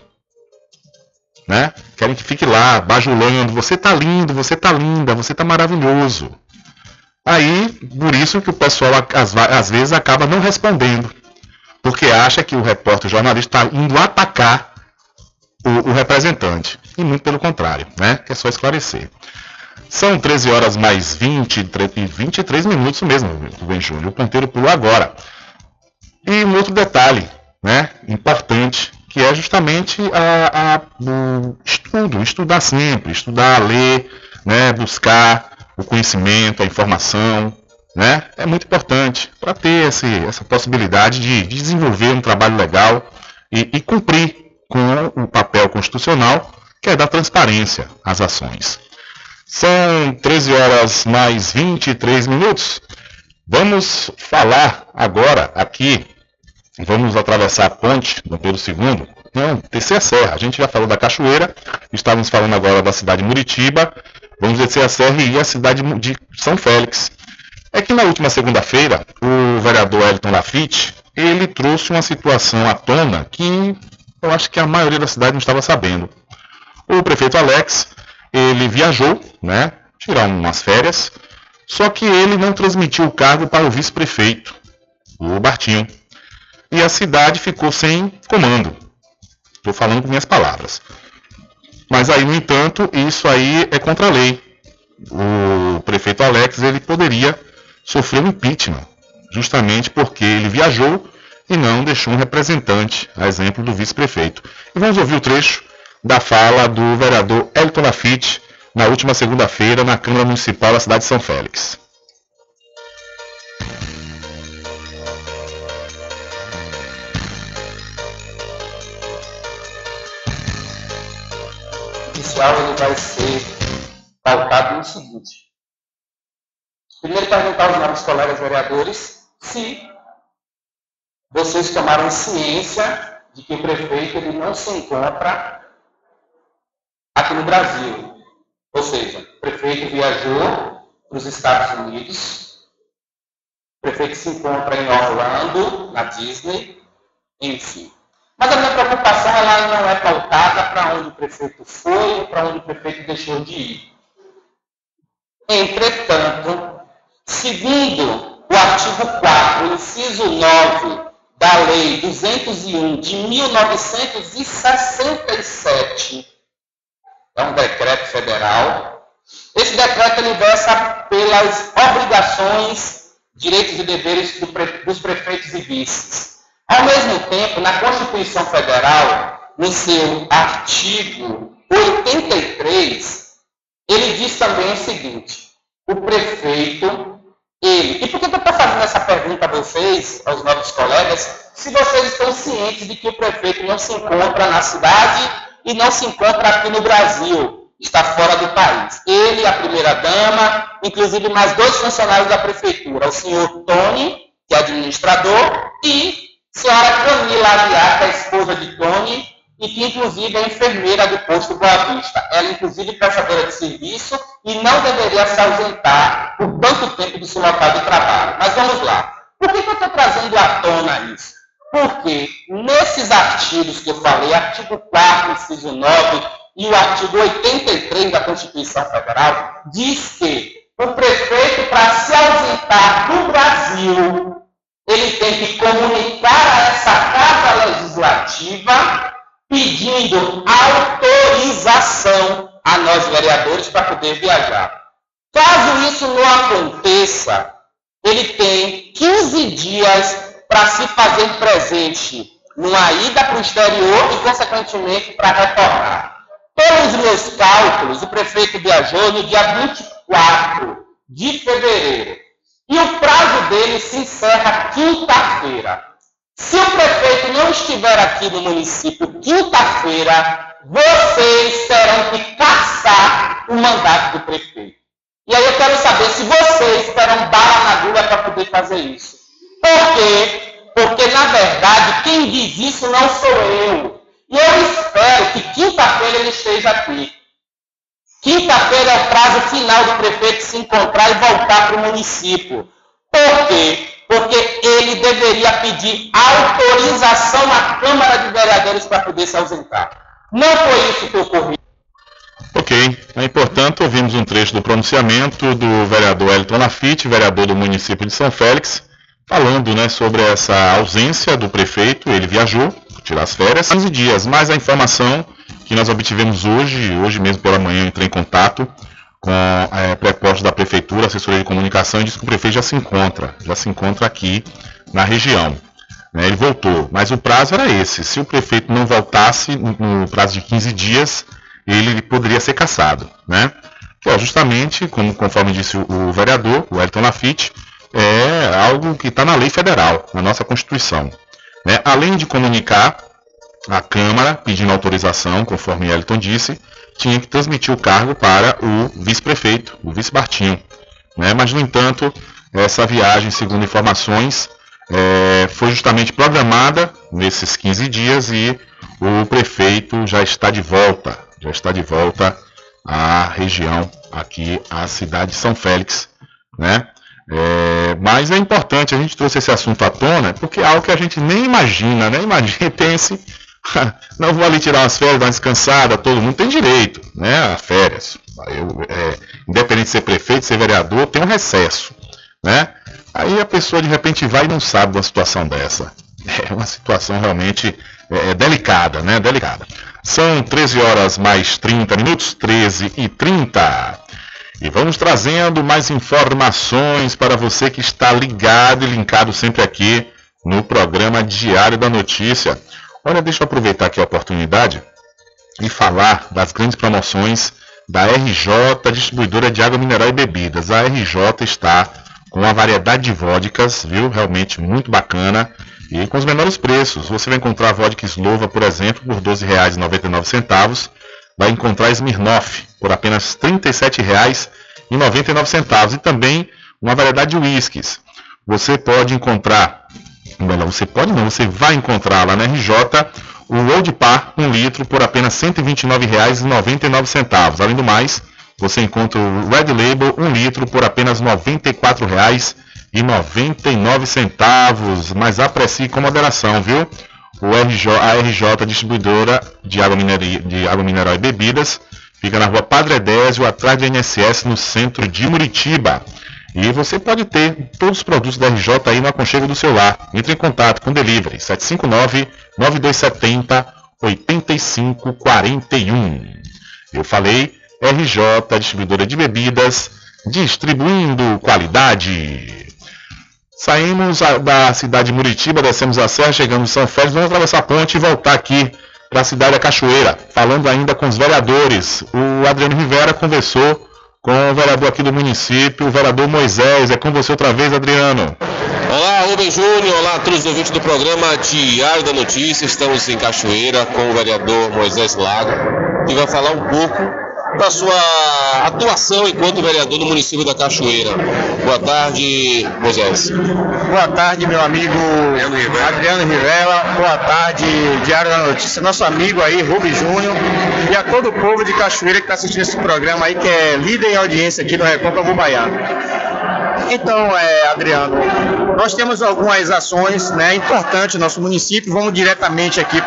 né? Querem que fique lá, bajulando, você tá lindo, você tá linda, você tá maravilhoso. Aí, por isso que o pessoal, às vezes, acaba não respondendo, porque acha que o repórter, o jornalista, está indo atacar o representante. E muito pelo contrário, né? É só esclarecer. São 13 horas mais 23 minutos mesmo, Rubem Júnior. O ponteiro pulou agora. E um outro detalhe, né, importante, que é justamente o estudar sempre, estudar, ler, né, buscar o conhecimento, a informação, né, é muito importante para ter essa possibilidade de desenvolver um trabalho legal e cumprir com o papel constitucional, que é dar transparência às ações. São 13 horas mais 23 minutos. Vamos falar agora aqui, vamos atravessar a ponte do Pedro II, descer a serra. A gente já falou da Cachoeira, estávamos falando agora da cidade de Muritiba, vamos descer a serra e ir à cidade de São Félix. É que na última segunda-feira, o vereador Elton Laffitte, ele trouxe uma situação à tona que eu acho que a maioria da cidade não estava sabendo. O prefeito Alex, ele viajou, né, tirar umas férias, só que ele não transmitiu o cargo para o vice-prefeito, o Bartinho. E a cidade ficou sem comando. Estou falando com minhas palavras. Mas aí, no entanto, isso aí é contra a lei. O prefeito Alex, ele poderia sofrer um impeachment, justamente porque ele viajou e não deixou um representante, a exemplo do vice-prefeito. E vamos ouvir o trecho da fala do vereador Elton Laffitte na última segunda-feira na Câmara Municipal da cidade de São Félix. Ele vai ser pautado no seguinte: Primeiro, perguntar aos novos colegas vereadores se vocês tomaram ciência de que o prefeito ele não se encontra aqui no Brasil. Ou seja, o prefeito viajou para os Estados Unidos, o prefeito se encontra em Orlando, na Disney, enfim. Mas a minha preocupação ela não é pautada para onde o prefeito foi ou para onde o prefeito deixou de ir. Entretanto, segundo o artigo 4, inciso 9 da Lei 201 de 1967, é um decreto federal, esse decreto ele versa pelas obrigações, direitos e deveres dos prefeitos e vices. Ao mesmo tempo, na Constituição Federal, no seu artigo 83, ele diz também o seguinte: o prefeito, ele... E por que eu estou fazendo essa pergunta a vocês, aos novos colegas, se vocês estão cientes de que o prefeito não se encontra na cidade e não se encontra aqui no Brasil, está fora do país? Ele, a primeira-dama, inclusive mais 2 funcionários da prefeitura, o senhor Tony, que é administrador, e a senhora Camila Aguiar, que é a esposa de Tony, e que inclusive é enfermeira do posto Boa Vista. Ela, inclusive, prestadora de serviço e não deveria se ausentar por tanto tempo do seu local de trabalho. Mas vamos lá. Por que eu estou trazendo à tona isso? Porque nesses artigos que eu falei, artigo 4, inciso 9 e o artigo 83 da Constituição Federal, diz que o prefeito, para se ausentar do Brasil, ele tem que comunicar a essa Casa Legislativa pedindo autorização a nós vereadores para poder viajar. Caso isso não aconteça, ele tem 15 dias para se fazer presente numa ida para o exterior e, consequentemente, para retornar. Pelos meus cálculos, o prefeito viajou no dia 24 de fevereiro. E o prazo dele se encerra quinta-feira. Se o prefeito não estiver aqui no município quinta-feira, vocês terão que cassar o mandato do prefeito. E aí eu quero saber se vocês terão bala na agulha para poder fazer isso. Por quê? Porque, na verdade, quem diz isso não sou eu. E eu espero que quinta-feira ele esteja aqui. Quinta-feira é o prazo final do prefeito se encontrar e voltar para o município. Por quê? Porque ele deveria pedir autorização à Câmara de Vereadores para poder se ausentar. Não foi isso que ocorreu. Ok. Portanto, ouvimos um trecho do pronunciamento do vereador Wellington Laffitte, vereador do município de São Félix, falando, né, sobre essa ausência do prefeito. Ele viajou, tirar as férias, 15 dias. Mas a informação que nós obtivemos hoje mesmo pela manhã, eu entrei em contato com a preposto da prefeitura, assessoria de comunicação, e disse que o prefeito já se encontra aqui na região. Ele voltou, mas o prazo era esse. Se o prefeito não voltasse no prazo de 15 dias, ele poderia ser cassado, né? Que é justamente, conforme disse o vereador, o Wellington Laffitte, é algo que está na lei federal, na nossa Constituição, né? Além de comunicar a Câmara pedindo autorização, conforme Wellington disse, tinha que transmitir o cargo para o vice-prefeito, o vice-Bartinho, né? Mas, no entanto, essa viagem, segundo informações, foi justamente programada nesses 15 dias e o prefeito já está de volta à região, aqui, à cidade de São Félix, né? Mas é importante, a gente trouxe esse assunto à tona, porque é algo que a gente nem imagina, pense, não vou ali tirar umas férias, dar uma descansada, todo mundo tem direito, né, a férias. Independente de ser prefeito, ser vereador, tem um recesso, né? Aí a pessoa de repente vai e não sabe de uma situação dessa. É uma situação realmente delicada, né? Delicada. São 13 horas mais 30 minutos, 13h30. E vamos trazendo mais informações para você que está ligado e linkado sempre aqui no programa Diário da Notícia. Olha, deixa eu aproveitar aqui a oportunidade e falar das grandes promoções da RJ, distribuidora de água mineral e bebidas. A RJ está com uma variedade de vodkas, viu? Realmente muito bacana e com os menores preços. Você vai encontrar a vodka Slova, por exemplo, por R$ 12,99. Vai encontrar Smirnoff por apenas R$ 37,99. E também uma variedade de whiskies. Você pode encontrar, você vai encontrar lá na RJ o Old Par 1 litro por apenas R$ 129,99. Além do mais, você encontra o Red Label 1 litro por apenas R$ 94,99. Mas aprecie com moderação, viu? A RJ Distribuidora de água mineral e bebidas fica na rua Padre Edésio, atrás do INSS, no centro de Muritiba. E você pode ter todos os produtos da RJ aí no aconchego do seu lar. Entre em contato com o Delivery 759-9270-8541. Eu falei RJ Distribuidora de Bebidas, distribuindo qualidade. Saímos da cidade de Muritiba, descemos a serra, chegamos em São Félix, vamos atravessar a ponte e voltar aqui para a cidade da Cachoeira, falando ainda com os vereadores. O Adriano Rivera conversou com o vereador aqui do município, o vereador Moisés. É com você outra vez, Adriano. Olá, Rubem Júnior, olá a todos os ouvintes do programa Diário da Notícia. Estamos em Cachoeira com o vereador Moisés Lago, que vai falar um pouco da sua atuação enquanto vereador do município da Cachoeira. Boa tarde, Moisés. Boa tarde, meu amigo Adriano Rivera. Boa tarde, Diário da Notícia. Nosso amigo aí, Rubem Júnior. E a todo o povo de Cachoeira que está assistindo esse programa aí, que é líder em audiência aqui no Recôncavo Baiano. Então, Adriano, nós temos algumas ações, né, importantes no nosso município. Vamos diretamente aqui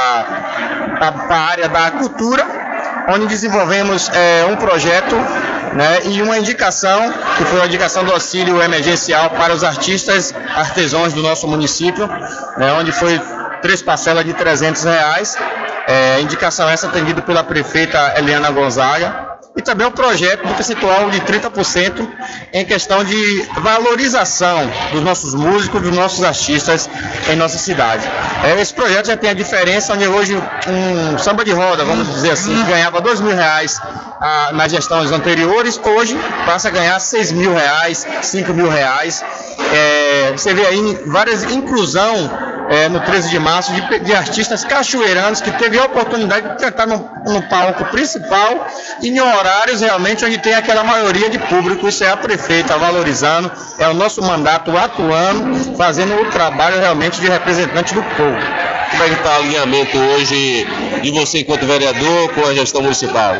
para a área da cultura, onde desenvolvemos um projeto, né, e uma indicação, que foi a indicação do auxílio emergencial para os artistas artesãos do nosso município, né, onde foi 3 parcelas de R$300, indicação essa atendida pela prefeita Eliana Gonzaga, e também um projeto de percentual de 30% em questão de valorização dos nossos músicos, dos nossos artistas em nossa cidade. Esse projeto já tem a diferença, onde hoje um samba de roda, vamos dizer assim, que ganhava R$2.000 nas gestões anteriores, hoje passa a ganhar R$6.000, R$5.000. Você vê aí várias inclusão no 13 de março de artistas cachoeiranos que teve a oportunidade de cantar no palco principal e em horários realmente onde tem aquela maioria de público. Isso é a prefeita valorizando, é o nosso mandato atuando, fazendo o trabalho realmente de representante do povo. Como é que está o alinhamento hoje de você enquanto vereador com a gestão municipal?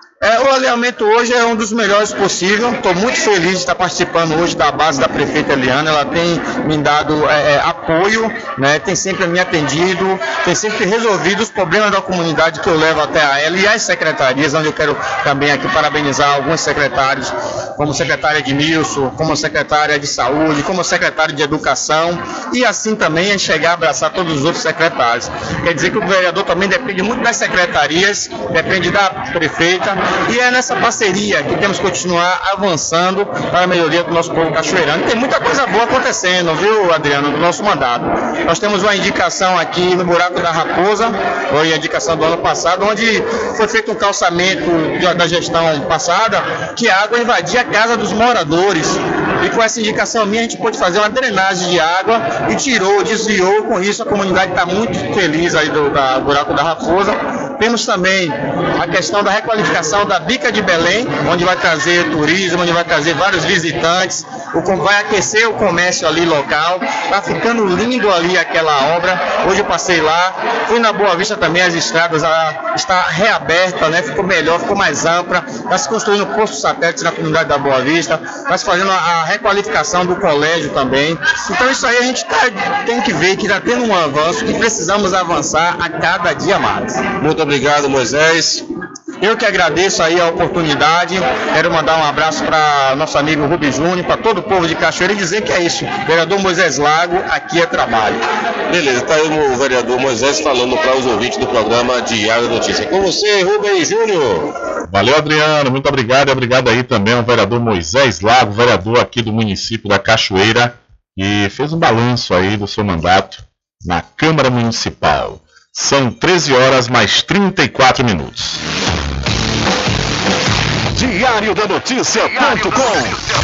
O alinhamento hoje é um dos melhores possível. Estou muito feliz de estar participando hoje da base da prefeita Eliana. Ela tem me dado apoio, né? Tem sempre me atendido, tem sempre resolvido os problemas da comunidade que eu levo até a ela e as secretarias, onde eu quero também aqui parabenizar alguns secretários, como secretária de Nilson, como secretária de Saúde, como secretário de Educação, e assim também chegar a abraçar todos os outros secretários. Quer dizer que o vereador também depende muito das secretarias, depende da prefeita. E é nessa parceria que temos que continuar avançando para a melhoria do nosso povo cachoeirano. Tem muita coisa boa acontecendo, viu, Adriano, do nosso mandato. Nós temos uma indicação aqui no Buraco da Raposa, foi a indicação do ano passado, onde foi feito um calçamento da gestão passada, que a água invadia a casa dos moradores. E com essa indicação minha, a gente pôde fazer uma drenagem de água e desviou. Com isso, a comunidade está muito feliz aí do Buraco da Raposa. Temos também a questão da requalificação da Bica de Belém, onde vai trazer turismo, onde vai trazer vários visitantes, vai aquecer o comércio ali local. Está ficando lindo ali aquela obra. Hoje eu passei lá, fui na Boa Vista também, as estradas está reaberta, né? Ficou melhor, ficou mais ampla. Está se construindo postos satélites na comunidade da Boa Vista, está se fazendo a requalificação do colégio também. Então isso aí a gente tem que ver que está tendo um avanço, que precisamos avançar a cada dia mais. Muito obrigado, Moisés. Eu que agradeço aí a oportunidade, quero mandar um abraço para nosso amigo Rubem Júnior, para todo o povo de Cachoeira e dizer que é isso, vereador Moisés Lago, aqui é trabalho. Beleza, está aí o vereador Moisés falando para os ouvintes do programa Diário da Notícia. Com você, Rubem Júnior. Valeu, Adriano, muito obrigado. Obrigado aí também ao vereador Moisés Lago, vereador aqui do município da Cachoeira, que fez um balanço aí do seu mandato na Câmara Municipal. São 13 horas mais 34 minutos. Diário da Notícia.com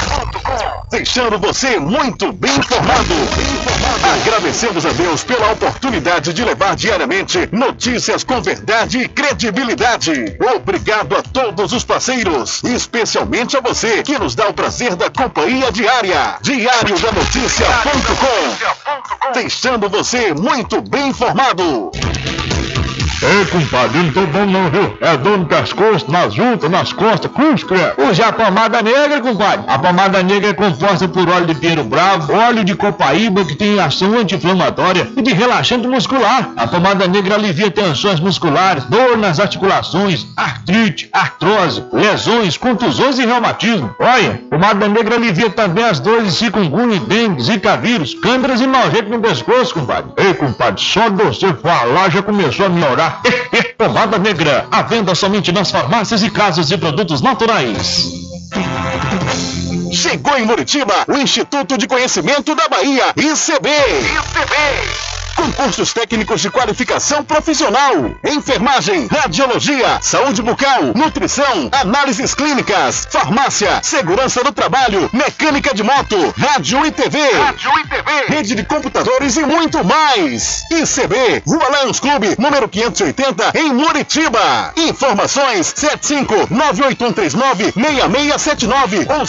Deixando você muito bem informado. Agradecemos a Deus pela oportunidade de levar diariamente notícias com verdade e credibilidade. Obrigado a todos os parceiros, especialmente a você que nos dá o prazer da companhia diária. DiarioDaNoticia.com, deixando você muito bem informado. Ei, compadre, não tô bom não, viu? É dor no pescoço, nas juntas, nas costas, cruz. Use a pomada negra, compadre. A pomada negra é composta por óleo de pinheiro bravo, óleo de copaíba, que tem ação anti-inflamatória e de relaxante muscular. A pomada negra alivia tensões musculares, dor nas articulações, artrite, artrose, lesões, contusões e reumatismo. Olha, pomada negra alivia também as dores de chikungunya, dengue, zika vírus, câimbras e mau jeito no pescoço, compadre. Ei, compadre, só de você falar já começou a melhorar. Pomada negra, à venda somente nas farmácias e casas de produtos naturais. Chegou em Muritiba o Instituto de Conhecimento da Bahia, ICB. Concursos técnicos de qualificação profissional, enfermagem, radiologia, saúde bucal, nutrição, análises clínicas, farmácia, segurança do trabalho, mecânica de moto, rádio e TV, rede de computadores e muito mais. ICB, Rua Lions Clube, número 580, em Muritiba. Informações 75-98139-6679 ou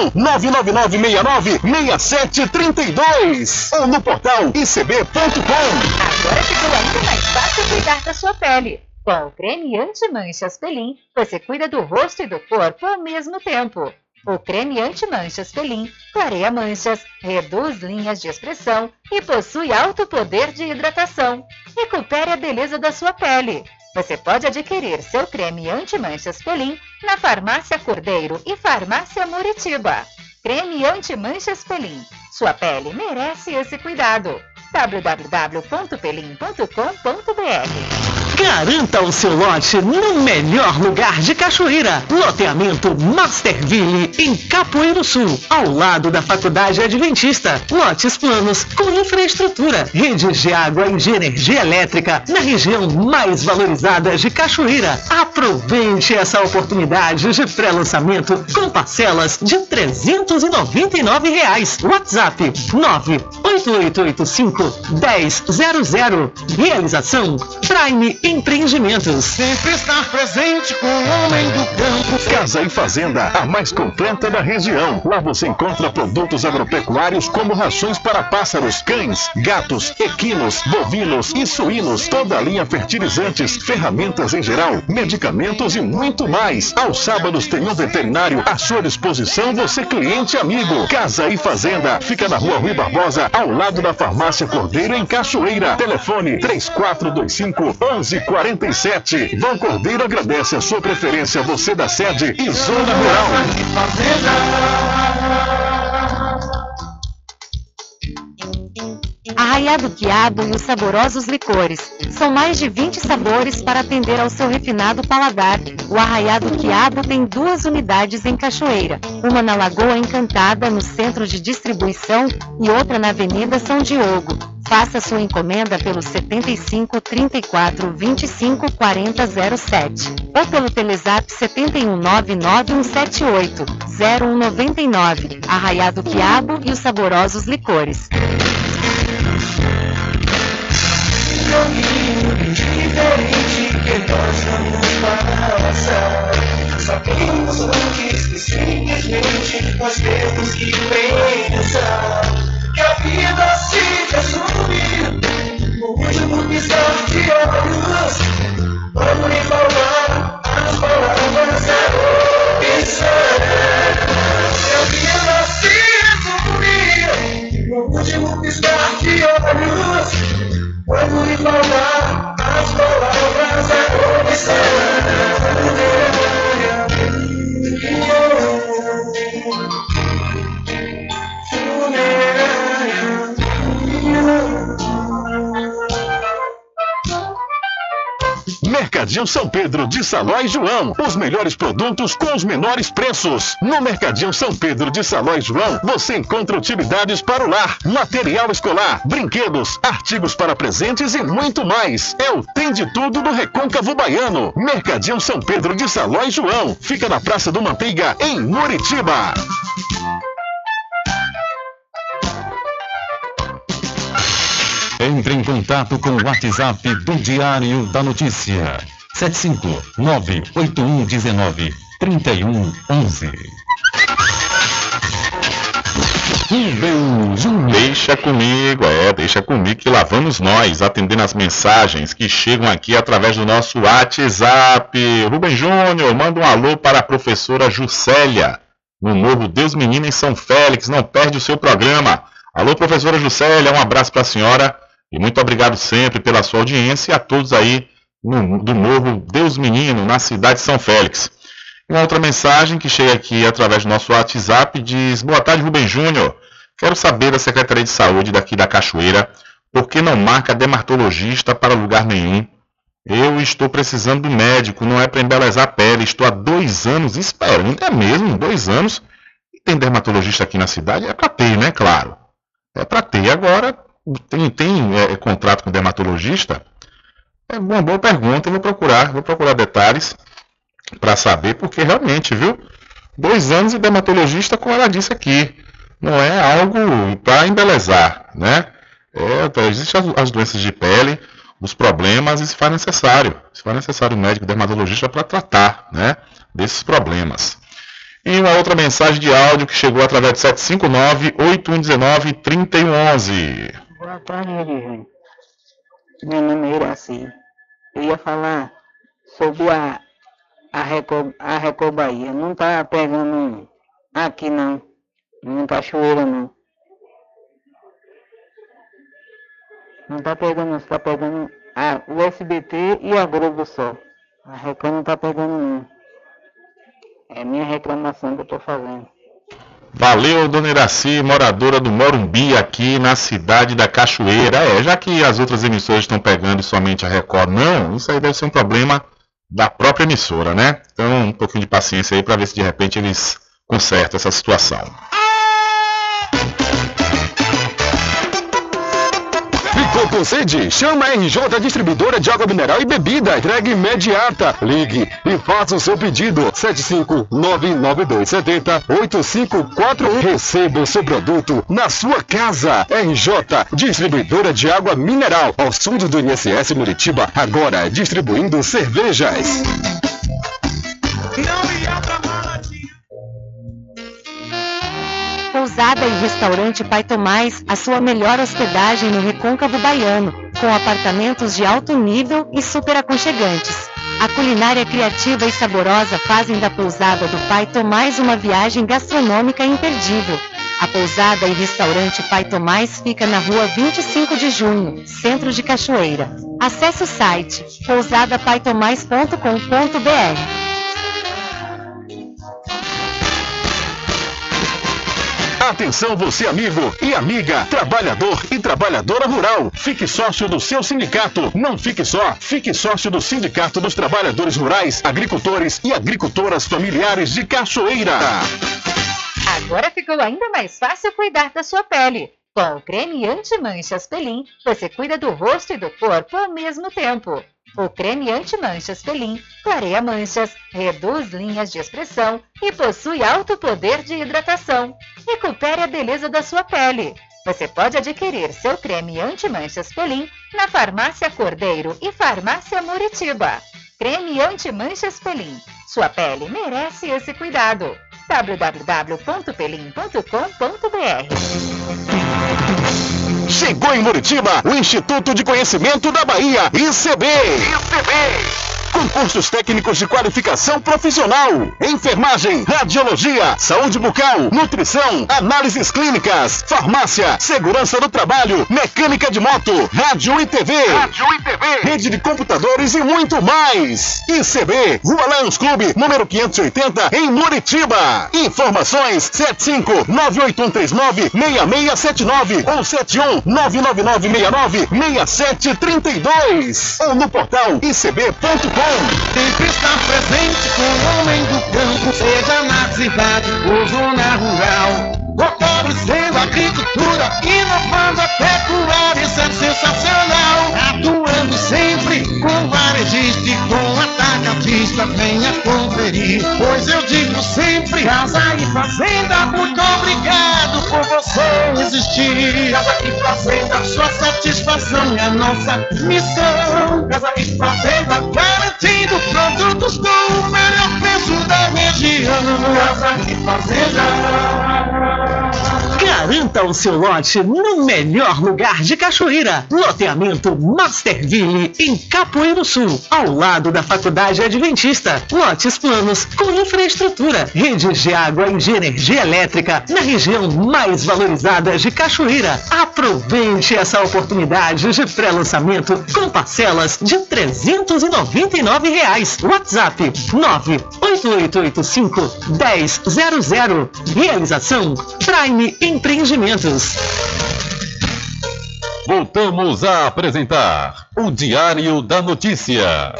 71-99969-6732 ou no portal icb.com. Agora ficou ainda mais fácil cuidar da sua pele. Com o creme anti-manchas Pelin, você cuida do rosto e do corpo ao mesmo tempo. O creme anti-manchas Pelin clareia manchas, reduz linhas de expressão e possui alto poder de hidratação. Recupere a beleza da sua pele. Você pode adquirir seu creme anti-manchas Pelin na Farmácia Cordeiro e Farmácia Muritiba. Creme anti-manchas Pelin. Sua pele merece esse cuidado. www.pelin.com.br. Garanta o seu lote no melhor lugar de Cachoeira. Loteamento Masterville, em Capoeiro Sul, ao lado da Faculdade Adventista. Lotes planos com infraestrutura, redes de água e de energia elétrica na região mais valorizada de Cachoeira. Aproveite essa oportunidade de pré-lançamento com parcelas de R$ 399. WhatsApp 98885-1000. Realização Prime Empreendimentos. Sempre estar presente com o homem do campo. Casa e Fazenda, a mais completa da região. Lá você encontra produtos agropecuários como rações para pássaros, cães, gatos, equinos, bovinos e suínos, toda a linha fertilizantes, ferramentas em geral, medicamentos e muito mais. Aos sábados tem um veterinário à sua disposição, você cliente amigo. Casa e Fazenda, fica na Rua Rui Barbosa, ao lado da Farmácia Cordeiro, em Cachoeira. Telefone 3425-1147. Vão Cordeiro agradece a sua preferência, você da sede e Zona Rural. Arraiado Quiabo e os saborosos licores. São mais de 20 sabores para atender ao seu refinado paladar. O Arraiado Quiabo tem 2 unidades em Cachoeira. Uma na Lagoa Encantada, no centro de distribuição, e outra na Avenida São Diogo. Faça sua encomenda pelo 75 34 25 40 07 ou pelo Telezap 71 99 178 0199. Arraiado Quiabo e os saborosos licores. Diferente que nós vamos passar. Sabemos antes que simplesmente nós temos que pensar que a vida se resume no último piscar de olhos. Vamos lhe falar as palavras da opção. Que a vida se resume no último piscar de olhos. Vamos lhe falar as palavras da opção. Mercadinho São Pedro de Saló e João. Os melhores produtos com os menores preços. No Mercadinho São Pedro de Saló e João, você encontra utilidades para o lar, material escolar, brinquedos, artigos para presentes e muito mais. É o Tem de Tudo do Recôncavo Baiano. Mercadinho São Pedro de Saló e João. Fica na Praça do Manteiga, em Muritiba. Entre em contato com o WhatsApp do Diário da Notícia. 759-8119-3111. Deixa comigo que lá vamos nós, atendendo as mensagens que chegam aqui através do nosso WhatsApp. Rubem Júnior, manda um alô para a professora Juscelia, no Novo Deus Menino em São Félix, não perde o seu programa. Alô, professora Juscelia, um abraço para a senhora e muito obrigado sempre pela sua audiência e a todos aí do Novo Deus Menino, na cidade de São Félix. Uma outra mensagem que chega aqui através do nosso WhatsApp diz: boa tarde, Rubem Júnior. Quero saber da Secretaria de Saúde daqui da Cachoeira por que não marca dermatologista para lugar nenhum. Eu estou precisando do médico, não é para embelezar a pele. Estou há 2 anos esperando, é mesmo, 2 anos. E tem dermatologista aqui na cidade? É para ter, né? Claro. É para ter. Agora, tem contrato com dermatologista? É uma boa pergunta, eu vou procurar detalhes para saber, porque realmente, viu? 2 anos de dermatologista, como ela disse aqui, não é algo para embelezar, né? Existem as doenças de pele, os problemas, e se faz necessário um médico dermatologista para tratar, né, desses problemas. E uma outra mensagem de áudio que chegou através de 759-8119-3111. Boa tarde, Júnior. Meu nome é Iraci. Eu ia falar sobre a Record Bahia. Não tá pegando aqui não, em Cachoeira não. Não tá pegando, está pegando o SBT e a Globo só. A Record não tá pegando não. É minha reclamação que eu tô fazendo. Valeu, dona Iraci, moradora do Morumbi, aqui na cidade da Cachoeira. Já que as outras emissoras estão pegando e somente a Record não, isso aí deve ser um problema da própria emissora, né? Então, um pouquinho de paciência aí para ver se de repente eles consertam essa situação. Ficou com sede? Chama a RJ Distribuidora de Água Mineral e Bebida. Entrega imediata. Ligue e faça o seu pedido. 75992708541. Receba o seu produto na sua casa. RJ Distribuidora de Água Mineral. Aos fundos do INSS Muritiba. Agora distribuindo cervejas. Pousada e Restaurante Pai Tomás, a sua melhor hospedagem no Recôncavo Baiano, com apartamentos de alto nível e super aconchegantes. A culinária criativa e saborosa fazem da Pousada do Pai Tomás uma viagem gastronômica imperdível. A Pousada e Restaurante Pai Tomás fica na rua 25 de junho, centro de Cachoeira. Acesse o site pousadapaitomais.com.br. Atenção você amigo e amiga, trabalhador e trabalhadora rural. Fique sócio do seu sindicato. Não fique só, fique sócio do Sindicato dos Trabalhadores Rurais, Agricultores e Agricultoras Familiares de Cachoeira. Agora ficou ainda mais fácil cuidar da sua pele. Com o creme anti-manchas Pelin, você cuida do rosto e do corpo ao mesmo tempo. O creme anti-manchas Pelin clareia manchas, reduz linhas de expressão e possui alto poder de hidratação. Recupere a beleza da sua pele. Você pode adquirir seu creme anti-manchas Pelin na Farmácia Cordeiro e Farmácia Muritiba. Creme anti-manchas Pelin. Sua pele merece esse cuidado. www.pelin.com.br. Chegou em Muritiba o Instituto de Conhecimento da Bahia, ICB. Concursos técnicos de qualificação profissional, enfermagem, radiologia, saúde bucal, nutrição, análises clínicas, farmácia, segurança do trabalho, mecânica de moto, rádio e TV, rede de computadores e muito mais. ICB, Rua Lions Clube, número 580, em Muritiba. Informações 75981396679 ou 71999696732 ou no portal icb.com. Sempre estar presente com o homem do campo, seja na cidade ou zona rural. Fortalecendo a agricultura, inovando a pecuária, isso é sensacional. Atuando sempre com varejista e com atacadista. Notista, venha conferir. Pois eu digo sempre, Casa e Fazenda, muito obrigado por você existir. Casa e Fazenda, sua satisfação é a nossa missão. Casa e Fazenda, garantindo produtos com o melhor preço da região. Casa e Fazenda. Garanta o seu lote no melhor lugar de Cachoeira. Loteamento Masterville, em Capoeiro Sul, ao lado da Faculdade Adventista. Lotes planos com infraestrutura, redes de água e de energia elétrica na região mais valorizada de Cachoeira. Aproveite essa oportunidade de pré-lançamento com parcelas de R$ 399. WhatsApp 98885-1000. Realização Prime Empreendimentos. Voltamos a apresentar o Diário da Notícia.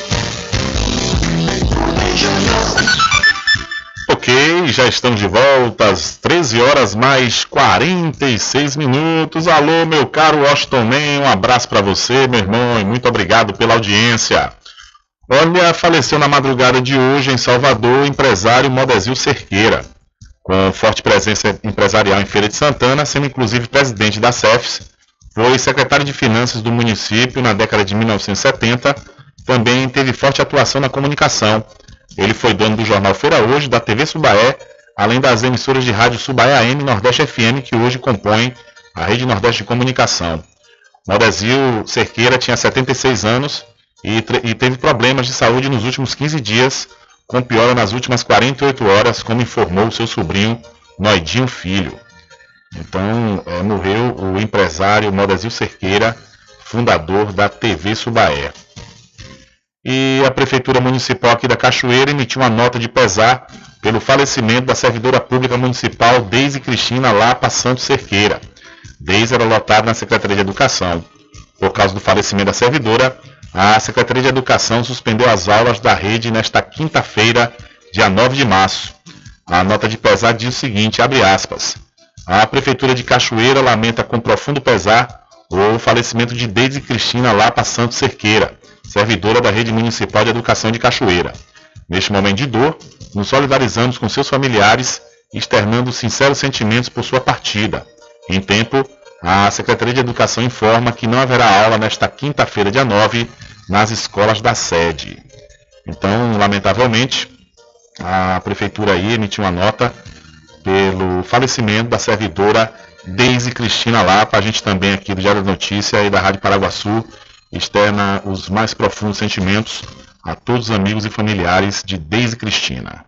Ok, já estamos de volta às 13 horas mais 46 minutos. Alô, meu caro Washington Man, um abraço para você, meu irmão, e muito obrigado pela audiência. Olha, faleceu na madrugada de hoje em Salvador o empresário Modezil Cerqueira, com forte presença empresarial em Feira de Santana, sendo inclusive presidente da CEFES, foi secretário de Finanças do município na década de 1970, também teve forte atuação na comunicação. Ele foi dono do jornal Feira Hoje, da TV Subaé, além das emissoras de rádio Subaé AM e Nordeste FM, que hoje compõem a Rede Nordeste de Comunicação. Modezil Cerqueira tinha 76 anos e teve problemas de saúde nos últimos 15 dias, com piora nas últimas 48 horas, como informou seu sobrinho Noidinho Filho. Então, morreu o empresário Modezil Cerqueira, fundador da TV Subaé. E a Prefeitura Municipal aqui da Cachoeira emitiu uma nota de pesar pelo falecimento da servidora pública municipal Deise Cristina Lapa Santos Cerqueira. Deise era lotada na Secretaria de Educação. Por causa do falecimento da servidora, a Secretaria de Educação suspendeu as aulas da rede nesta quinta-feira, dia 9 de março. A nota de pesar diz o seguinte, abre aspas, a Prefeitura de Cachoeira lamenta com profundo pesar o falecimento de Deise Cristina Lapa Santos Cerqueira, servidora da Rede Municipal de Educação de Cachoeira. Neste momento de dor, nos solidarizamos com seus familiares, externando sinceros sentimentos por sua partida. Em tempo, a Secretaria de Educação informa que não haverá aula nesta quinta-feira, dia 9, nas escolas da sede. Então, lamentavelmente, a Prefeitura aí emitiu uma nota pelo falecimento da servidora Deise Cristina Lapa. A gente também aqui do Diário da Notícia e da Rádio Paraguaçu externa os mais profundos sentimentos a todos os amigos e familiares de Deise Cristina.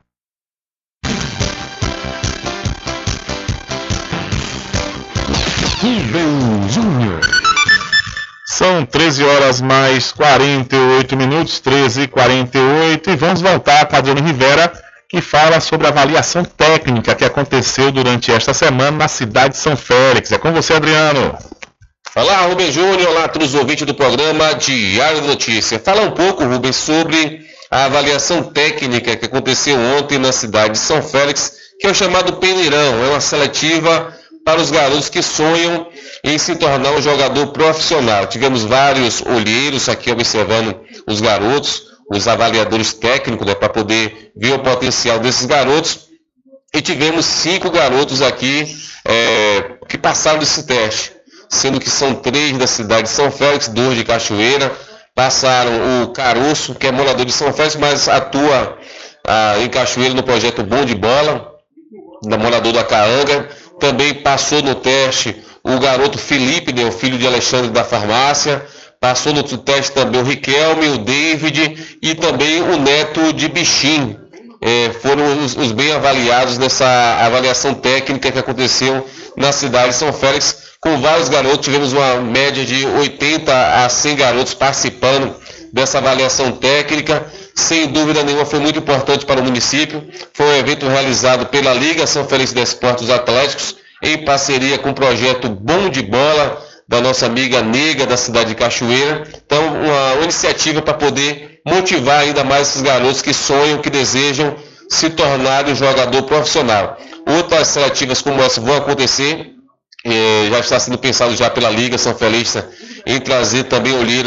Rubem Júnior. São 13 horas mais 48 minutos, 13h48, e vamos voltar com Adriano Rivera, que fala sobre a avaliação técnica que aconteceu durante esta semana na cidade de São Félix. É com você, Adriano. Olá, Rubem Júnior, olá a todos os ouvintes do programa Diário da Notícia. Fala um pouco, Rubem, sobre a avaliação técnica que aconteceu ontem na cidade de São Félix, que é o chamado Peneirão. É uma seletiva para os garotos que sonham em se tornar um jogador profissional. Tivemos vários olheiros aqui observando os garotos, os avaliadores técnicos, né, para poder ver o potencial desses garotos. E tivemos 5 garotos aqui que passaram desse teste, sendo que são 3 da cidade de São Félix, 2 de Cachoeira. Passaram o Caroço, que é morador de São Félix, mas atua em Cachoeira no projeto Bom de Bola, morador da Caanga. Também passou no teste o garoto Felipe, né, o filho de Alexandre da Farmácia. Passou no teste também o Riquelme, o David e também o neto de Bichim. Foram os bem avaliados nessa avaliação técnica que aconteceu na cidade de São Félix, com vários garotos. Tivemos uma média de 80 a 100 garotos participando dessa avaliação técnica. Sem dúvida nenhuma foi muito importante para o município. Foi um evento realizado pela Liga São Félix de Esportes Atléticos, em parceria com o projeto Bom de Bola, da nossa amiga Nega, da cidade de Cachoeira. Então, uma iniciativa para poder motivar ainda mais esses garotos que sonham, que desejam se tornar um jogador profissional. Outras seletivas como essa vão acontecer. Já está sendo pensado já pela Liga São Felista em trazer também olheiros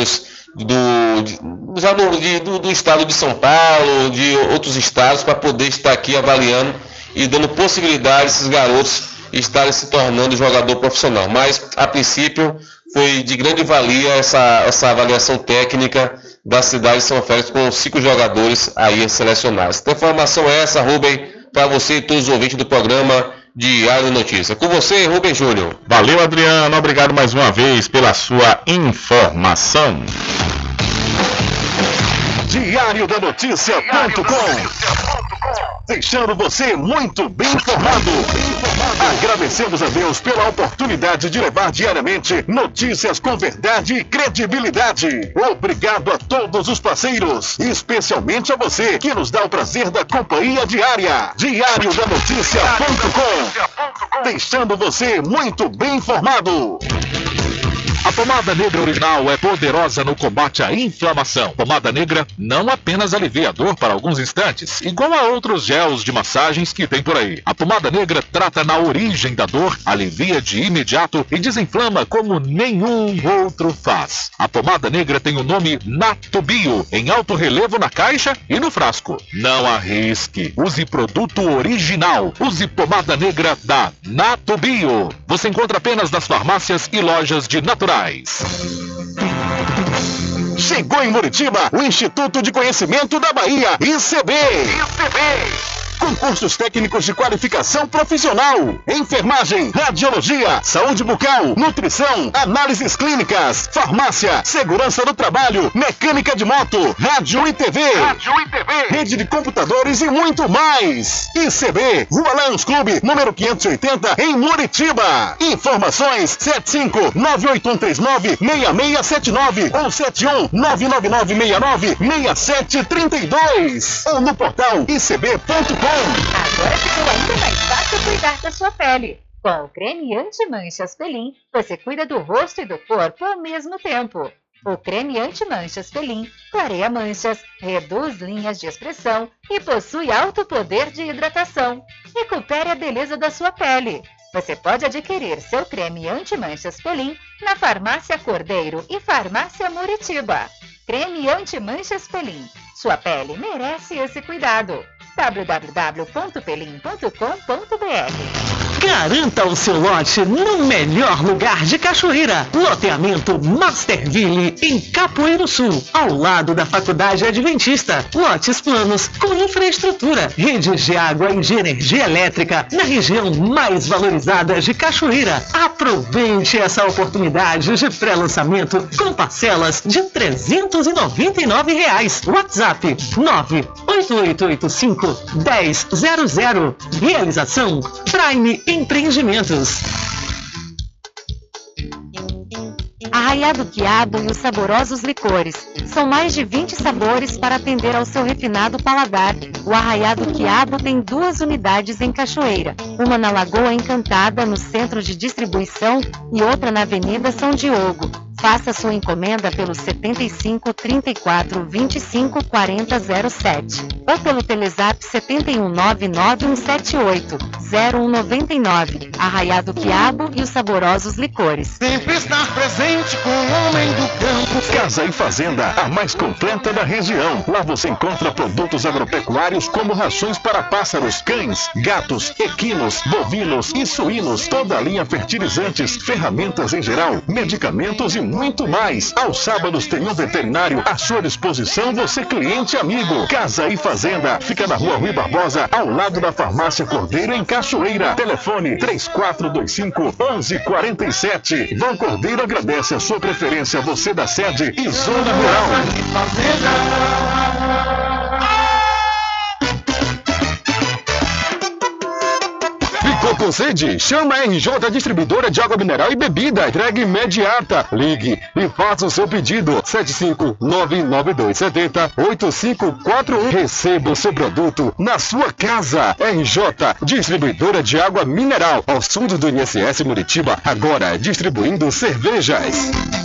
do estado de São Paulo, de outros estados, para poder estar aqui avaliando e dando possibilidade a esses garotos estarem se tornando jogador profissional. Mas, a princípio, foi de grande valia essa avaliação técnica da cidade de São Félix com 5 jogadores aí selecionados. Então, a informação é essa, Rubem, para você e todos os ouvintes do programa Diário da Notícia. Com você, Rubem Júnior. Valeu, Adriano. Obrigado mais uma vez pela sua informação. Diário da Notícia.com, deixando você muito bem informado. Agradecemos a Deus pela oportunidade de levar diariamente notícias com verdade e credibilidade. Obrigado a todos os parceiros, especialmente a você que nos dá o prazer da companhia diária. Diário da Notícia.com, deixando você muito bem informado. A pomada negra original é poderosa no combate à inflamação. Pomada negra não apenas alivia a dor para alguns instantes, igual a outros gels de massagens que tem por aí. A pomada negra trata na origem da dor, alivia de imediato e desinflama como nenhum outro faz. A pomada negra tem o nome Natubio, em alto relevo na caixa e no frasco. Não arrisque. Use produto original. Use pomada negra da Natubio. Você encontra apenas nas farmácias e lojas de naturais. Chegou em Muritiba o Instituto de Conhecimento da Bahia, ICB. Concursos técnicos de qualificação profissional, enfermagem, radiologia, saúde bucal, nutrição, análises clínicas, farmácia, segurança do trabalho, mecânica de moto, rádio e TV, rede de computadores e muito mais. ICB, Rua Lions Clube, número 580, em Muritiba. Informações 75-98139-6679 ou 71-99969-6732 ou no portal icb.com. Agora ficou ainda mais fácil cuidar da sua pele. Com o creme anti-manchas Pelin, você cuida do rosto e do corpo ao mesmo tempo. O creme anti-manchas Pelin clareia manchas, reduz linhas de expressão e possui alto poder de hidratação. Recupere a beleza da sua pele. Você pode adquirir seu creme anti-manchas Pelin na Farmácia Cordeiro e Farmácia Muritiba. Creme anti-manchas Pelin. Sua pele merece esse cuidado. www.pelin.com.br. Garanta o seu lote no melhor lugar de Cachoeira. Loteamento Masterville, em Capoeiro Sul, ao lado da Faculdade Adventista. Lotes planos com infraestrutura, redes de água e de energia elétrica na região mais valorizada de Cachoeira. Aproveite essa oportunidade de pré-lançamento com parcelas de R$ 399. WhatsApp 98885-1000. Realização Prime Empreendimentos. Arraiado Quiabo e os saborosos licores. São mais de 20 sabores para atender ao seu refinado paladar. O Arraiado Quiabo tem 2 unidades em Cachoeira. Uma na Lagoa Encantada, no centro de distribuição, e outra na Avenida São Diogo. Faça sua encomenda pelo 75 34 25 40 07 ou pelo Telezap 7199178 0199. Arraiado Quiabo e os saborosos licores. Sempre estar presente com o homem do campo. Casa e Fazenda, a mais completa da região. Lá você encontra produtos agropecuários como rações para pássaros, cães, gatos, equinos, bovinos e suínos, toda a linha fertilizantes, ferramentas em geral, medicamentos e muito mais. Aos sábados tem um veterinário à sua disposição, você cliente amigo. Casa e Fazenda, fica na Rua Rui Barbosa, ao lado da Farmácia Cordeiro, em Cachoeira. Telefone 3425-1147. Vão Cordeiro agradece a sua preferência, você da sede e Zona Rural. Ficou com sede? Chama a RJ Distribuidora de Água Mineral e Bebida. Entrega imediata. Ligue e faça o seu pedido. 75992708541. Receba o seu produto na sua casa. RJ Distribuidora de Água Mineral. Aos fundos do INSS Muritiba. Agora distribuindo cervejas.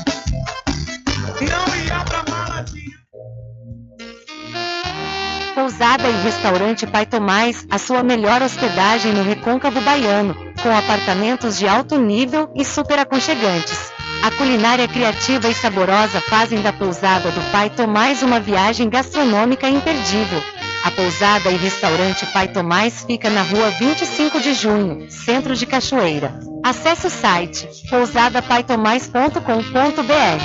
Pousada e Restaurante Pai Tomás, a sua melhor hospedagem no Recôncavo Baiano, com apartamentos de alto nível e super aconchegantes. A culinária criativa e saborosa fazem da pousada do Pai Tomás uma viagem gastronômica imperdível. A pousada e restaurante Pai Tomás fica na rua 25 de junho, centro de Cachoeira. Acesse o site pousadapaitomais.com.br.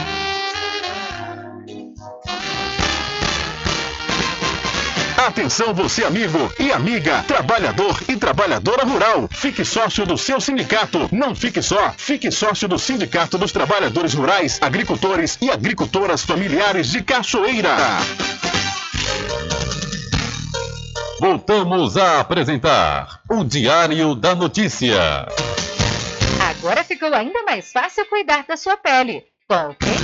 Atenção você amigo e amiga, trabalhador e trabalhadora rural. Fique sócio do seu sindicato. Não fique só, fique sócio do Sindicato dos Trabalhadores Rurais, Agricultores e Agricultoras Familiares de Cachoeira. Voltamos a apresentar o Diário da Notícia. Agora ficou ainda mais fácil cuidar da sua pele. Com o creme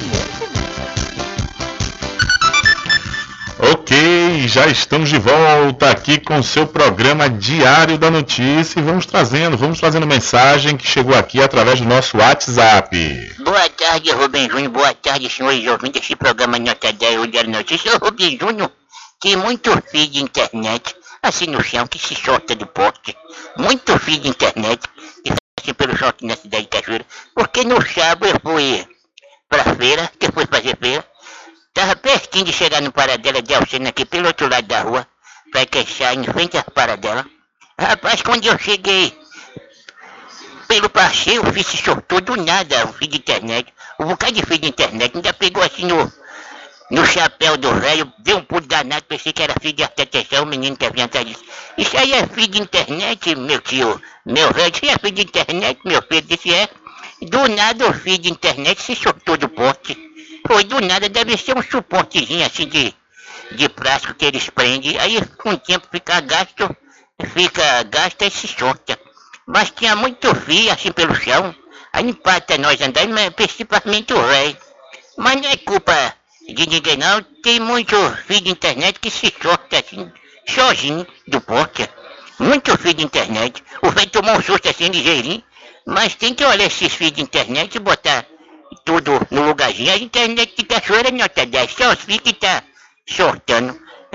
Ok, já estamos de volta aqui com o seu programa Diário da Notícia e vamos trazendo mensagem que chegou aqui através do nosso WhatsApp. Boa tarde, Rubem Júnior, boa tarde, senhores ouvintes desse programa Nota 10, o Diário da Notícia. O Rubem Júnior tem muito fio de internet assim no chão que se solta do poste, muito fio de internet que sai assim pelo chão aqui na cidade de Cachoeira, porque no sábado eu fui pra feira, que eu fui fazer feira. Tava pertinho de chegar no Paradela de Alcena aqui pelo outro lado da rua, pra queixar em frente à Paradela. Rapaz, quando eu cheguei pelo passeio, o fio se soltou do nada, o fio de internet. Um bocado de fio de internet, ainda pegou assim no chapéu do velho, deu um pulo danado, pensei que era fio de alta tensão, o menino que vinha atrás disso. Isso aí é fio de internet, meu tio, meu velho, isso é fio de internet, meu filho, disse é. Do nada o fio de internet se soltou do poste. Foi do nada, deve ser um suportezinho assim de plástico que eles prendem. Aí com o tempo fica gasto e se solta. Mas tinha muito fio assim pelo chão. Aí empata nós andando, mas principalmente o velho. Mas não é culpa de ninguém não. Tem muito fio de internet que se solta assim, sozinho do poste. Muito fio de internet. O velho tomou um susto assim ligeirinho. Mas tem que olhar esses fios de internet e botar tudo no lugarzinho. A internet de Cachoeira Nota 10, só os fios que tá soltando.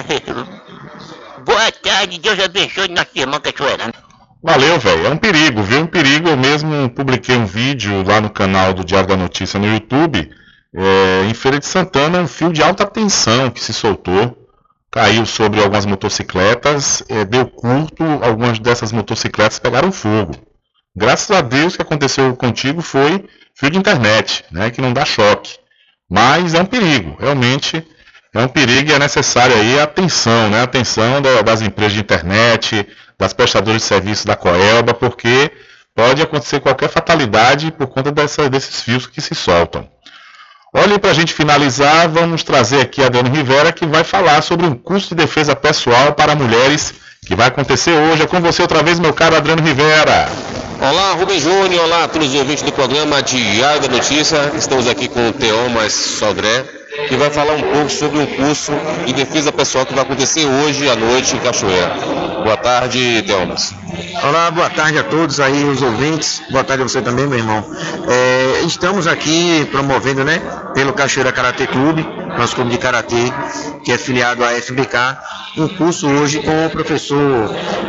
Boa tarde, Deus abençoe nosso irmão Cachoeirano. Valeu, velho. É um perigo, viu? Um perigo. Eu mesmo publiquei um vídeo lá no canal do Diário da Notícia no YouTube. Em Feira de Santana, um fio de alta tensão que se soltou. Caiu sobre algumas motocicletas, deu curto, algumas dessas motocicletas pegaram fogo. Graças a Deus, o que aconteceu contigo foi fio de internet, né, que não dá choque. Mas é um perigo, realmente é um perigo e é necessário aí a atenção, né, a atenção das empresas de internet, das prestadoras de serviços da Coelba, porque pode acontecer qualquer fatalidade por conta desses fios que se soltam. Olha, para a gente finalizar, vamos trazer aqui a Adriano Rivera, que vai falar sobre um curso de defesa pessoal para mulheres, que vai acontecer hoje. É com você outra vez, meu caro Adriano Rivera. Olá, Rubem Júnior, olá a todos os ouvintes do programa Diário da Notícia. Estamos aqui com o Teomas Sodré, que vai falar um pouco sobre um curso de defesa pessoal que vai acontecer hoje à noite em Cachoeira. Boa tarde, Teomas. Olá, boa tarde a todos aí, os ouvintes. Boa tarde a você também, meu irmão. Estamos aqui promovendo, né, pelo Cachoeira Karatê Clube, nosso clube de Karatê, que é filiado à FBK, um curso hoje com o professor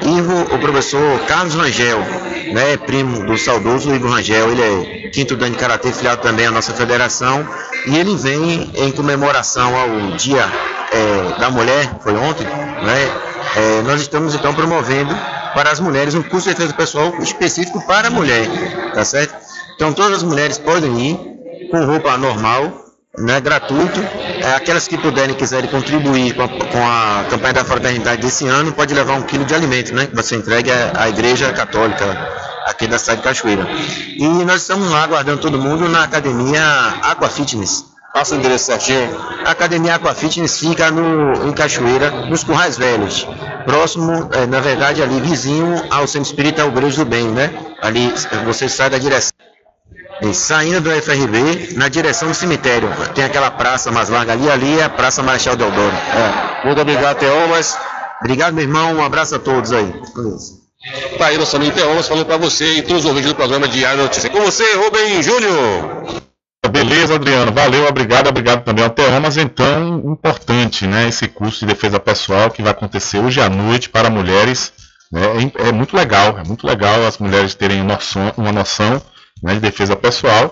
Carlos Rangel, né, primo do saudoso Igor Rangel. Ele é quinto dan de Karatê, filiado também à nossa federação, e ele vem em comemoração ao Dia da Mulher, foi ontem, né? Nós estamos então promovendo para as mulheres um curso de defesa pessoal específico para a mulher, tá certo? Então todas as mulheres podem ir com roupa normal, né, gratuito. Aquelas que puderem, quiserem contribuir com a campanha da fraternidade desse ano, pode levar 1 quilo de alimento, né, que vai ser entregue à Igreja Católica aqui da cidade de Cachoeira. E nós estamos lá aguardando todo mundo na Academia Aqua Fitness. Passa o endereço certinho. A Academia Aqua Fitness fica em Cachoeira, nos Currais Velhos, próximo, na verdade, ali vizinho ao Centro Espírita Obreiros do Bem, né? Ali você sai da direção, saindo do FRB, na direção do cemitério. Tem aquela praça mais larga ali é a Praça Marechal Deodoro. Muito obrigado, Teomas. Obrigado, meu irmão. Um abraço a todos aí. Tá aí nosso amigo Teomas falando para você e todos os ouvintes do programa Diário da Notícia. Com você, Rubem Júnior. Beleza, Adriano, valeu, obrigado também ao Teomas. Então, importante, né, esse curso de defesa pessoal que vai acontecer hoje à noite para mulheres, né, é muito legal as mulheres terem uma noção, né, de defesa pessoal,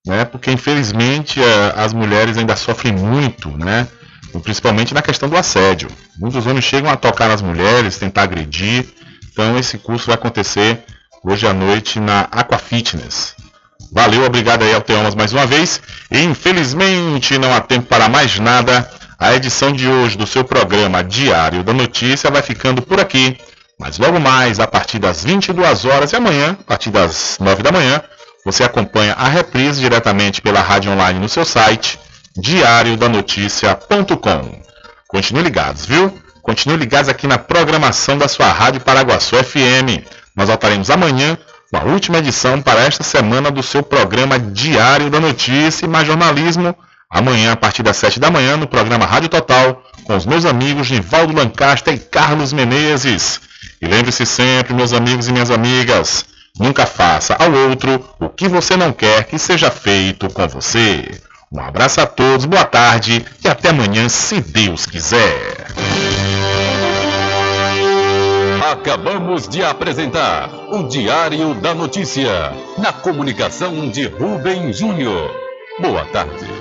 né? Porque infelizmente as mulheres ainda sofrem muito, né? Principalmente na questão do assédio. Muitos homens chegam a tocar nas mulheres, tentar agredir. Então esse curso vai acontecer hoje à noite na Aqua Fitness. Valeu, obrigado aí ao Teomas mais uma vez. E infelizmente não há tempo para mais nada. A edição de hoje do seu programa Diário da Notícia vai ficando por aqui. Mas logo mais, a partir das 22 horas e amanhã, a partir das 9 da manhã, você acompanha a reprise diretamente pela rádio online no seu site, diariodanoticia.com. Continue ligados, viu? Continue ligados aqui na programação da sua Rádio Paraguaçu FM. Nós voltaremos amanhã com a última edição para esta semana do seu programa Diário da Notícia e Mais Jornalismo. Amanhã, a partir das 7 da manhã, no programa Rádio Total, com os meus amigos Nivaldo Lancaster e Carlos Menezes. E lembre-se sempre, meus amigos e minhas amigas, nunca faça ao outro o que você não quer que seja feito com você. Um abraço a todos, boa tarde e até amanhã, se Deus quiser. Acabamos de apresentar o Diário da Notícia, na comunicação de Rubem Júnior. Boa tarde.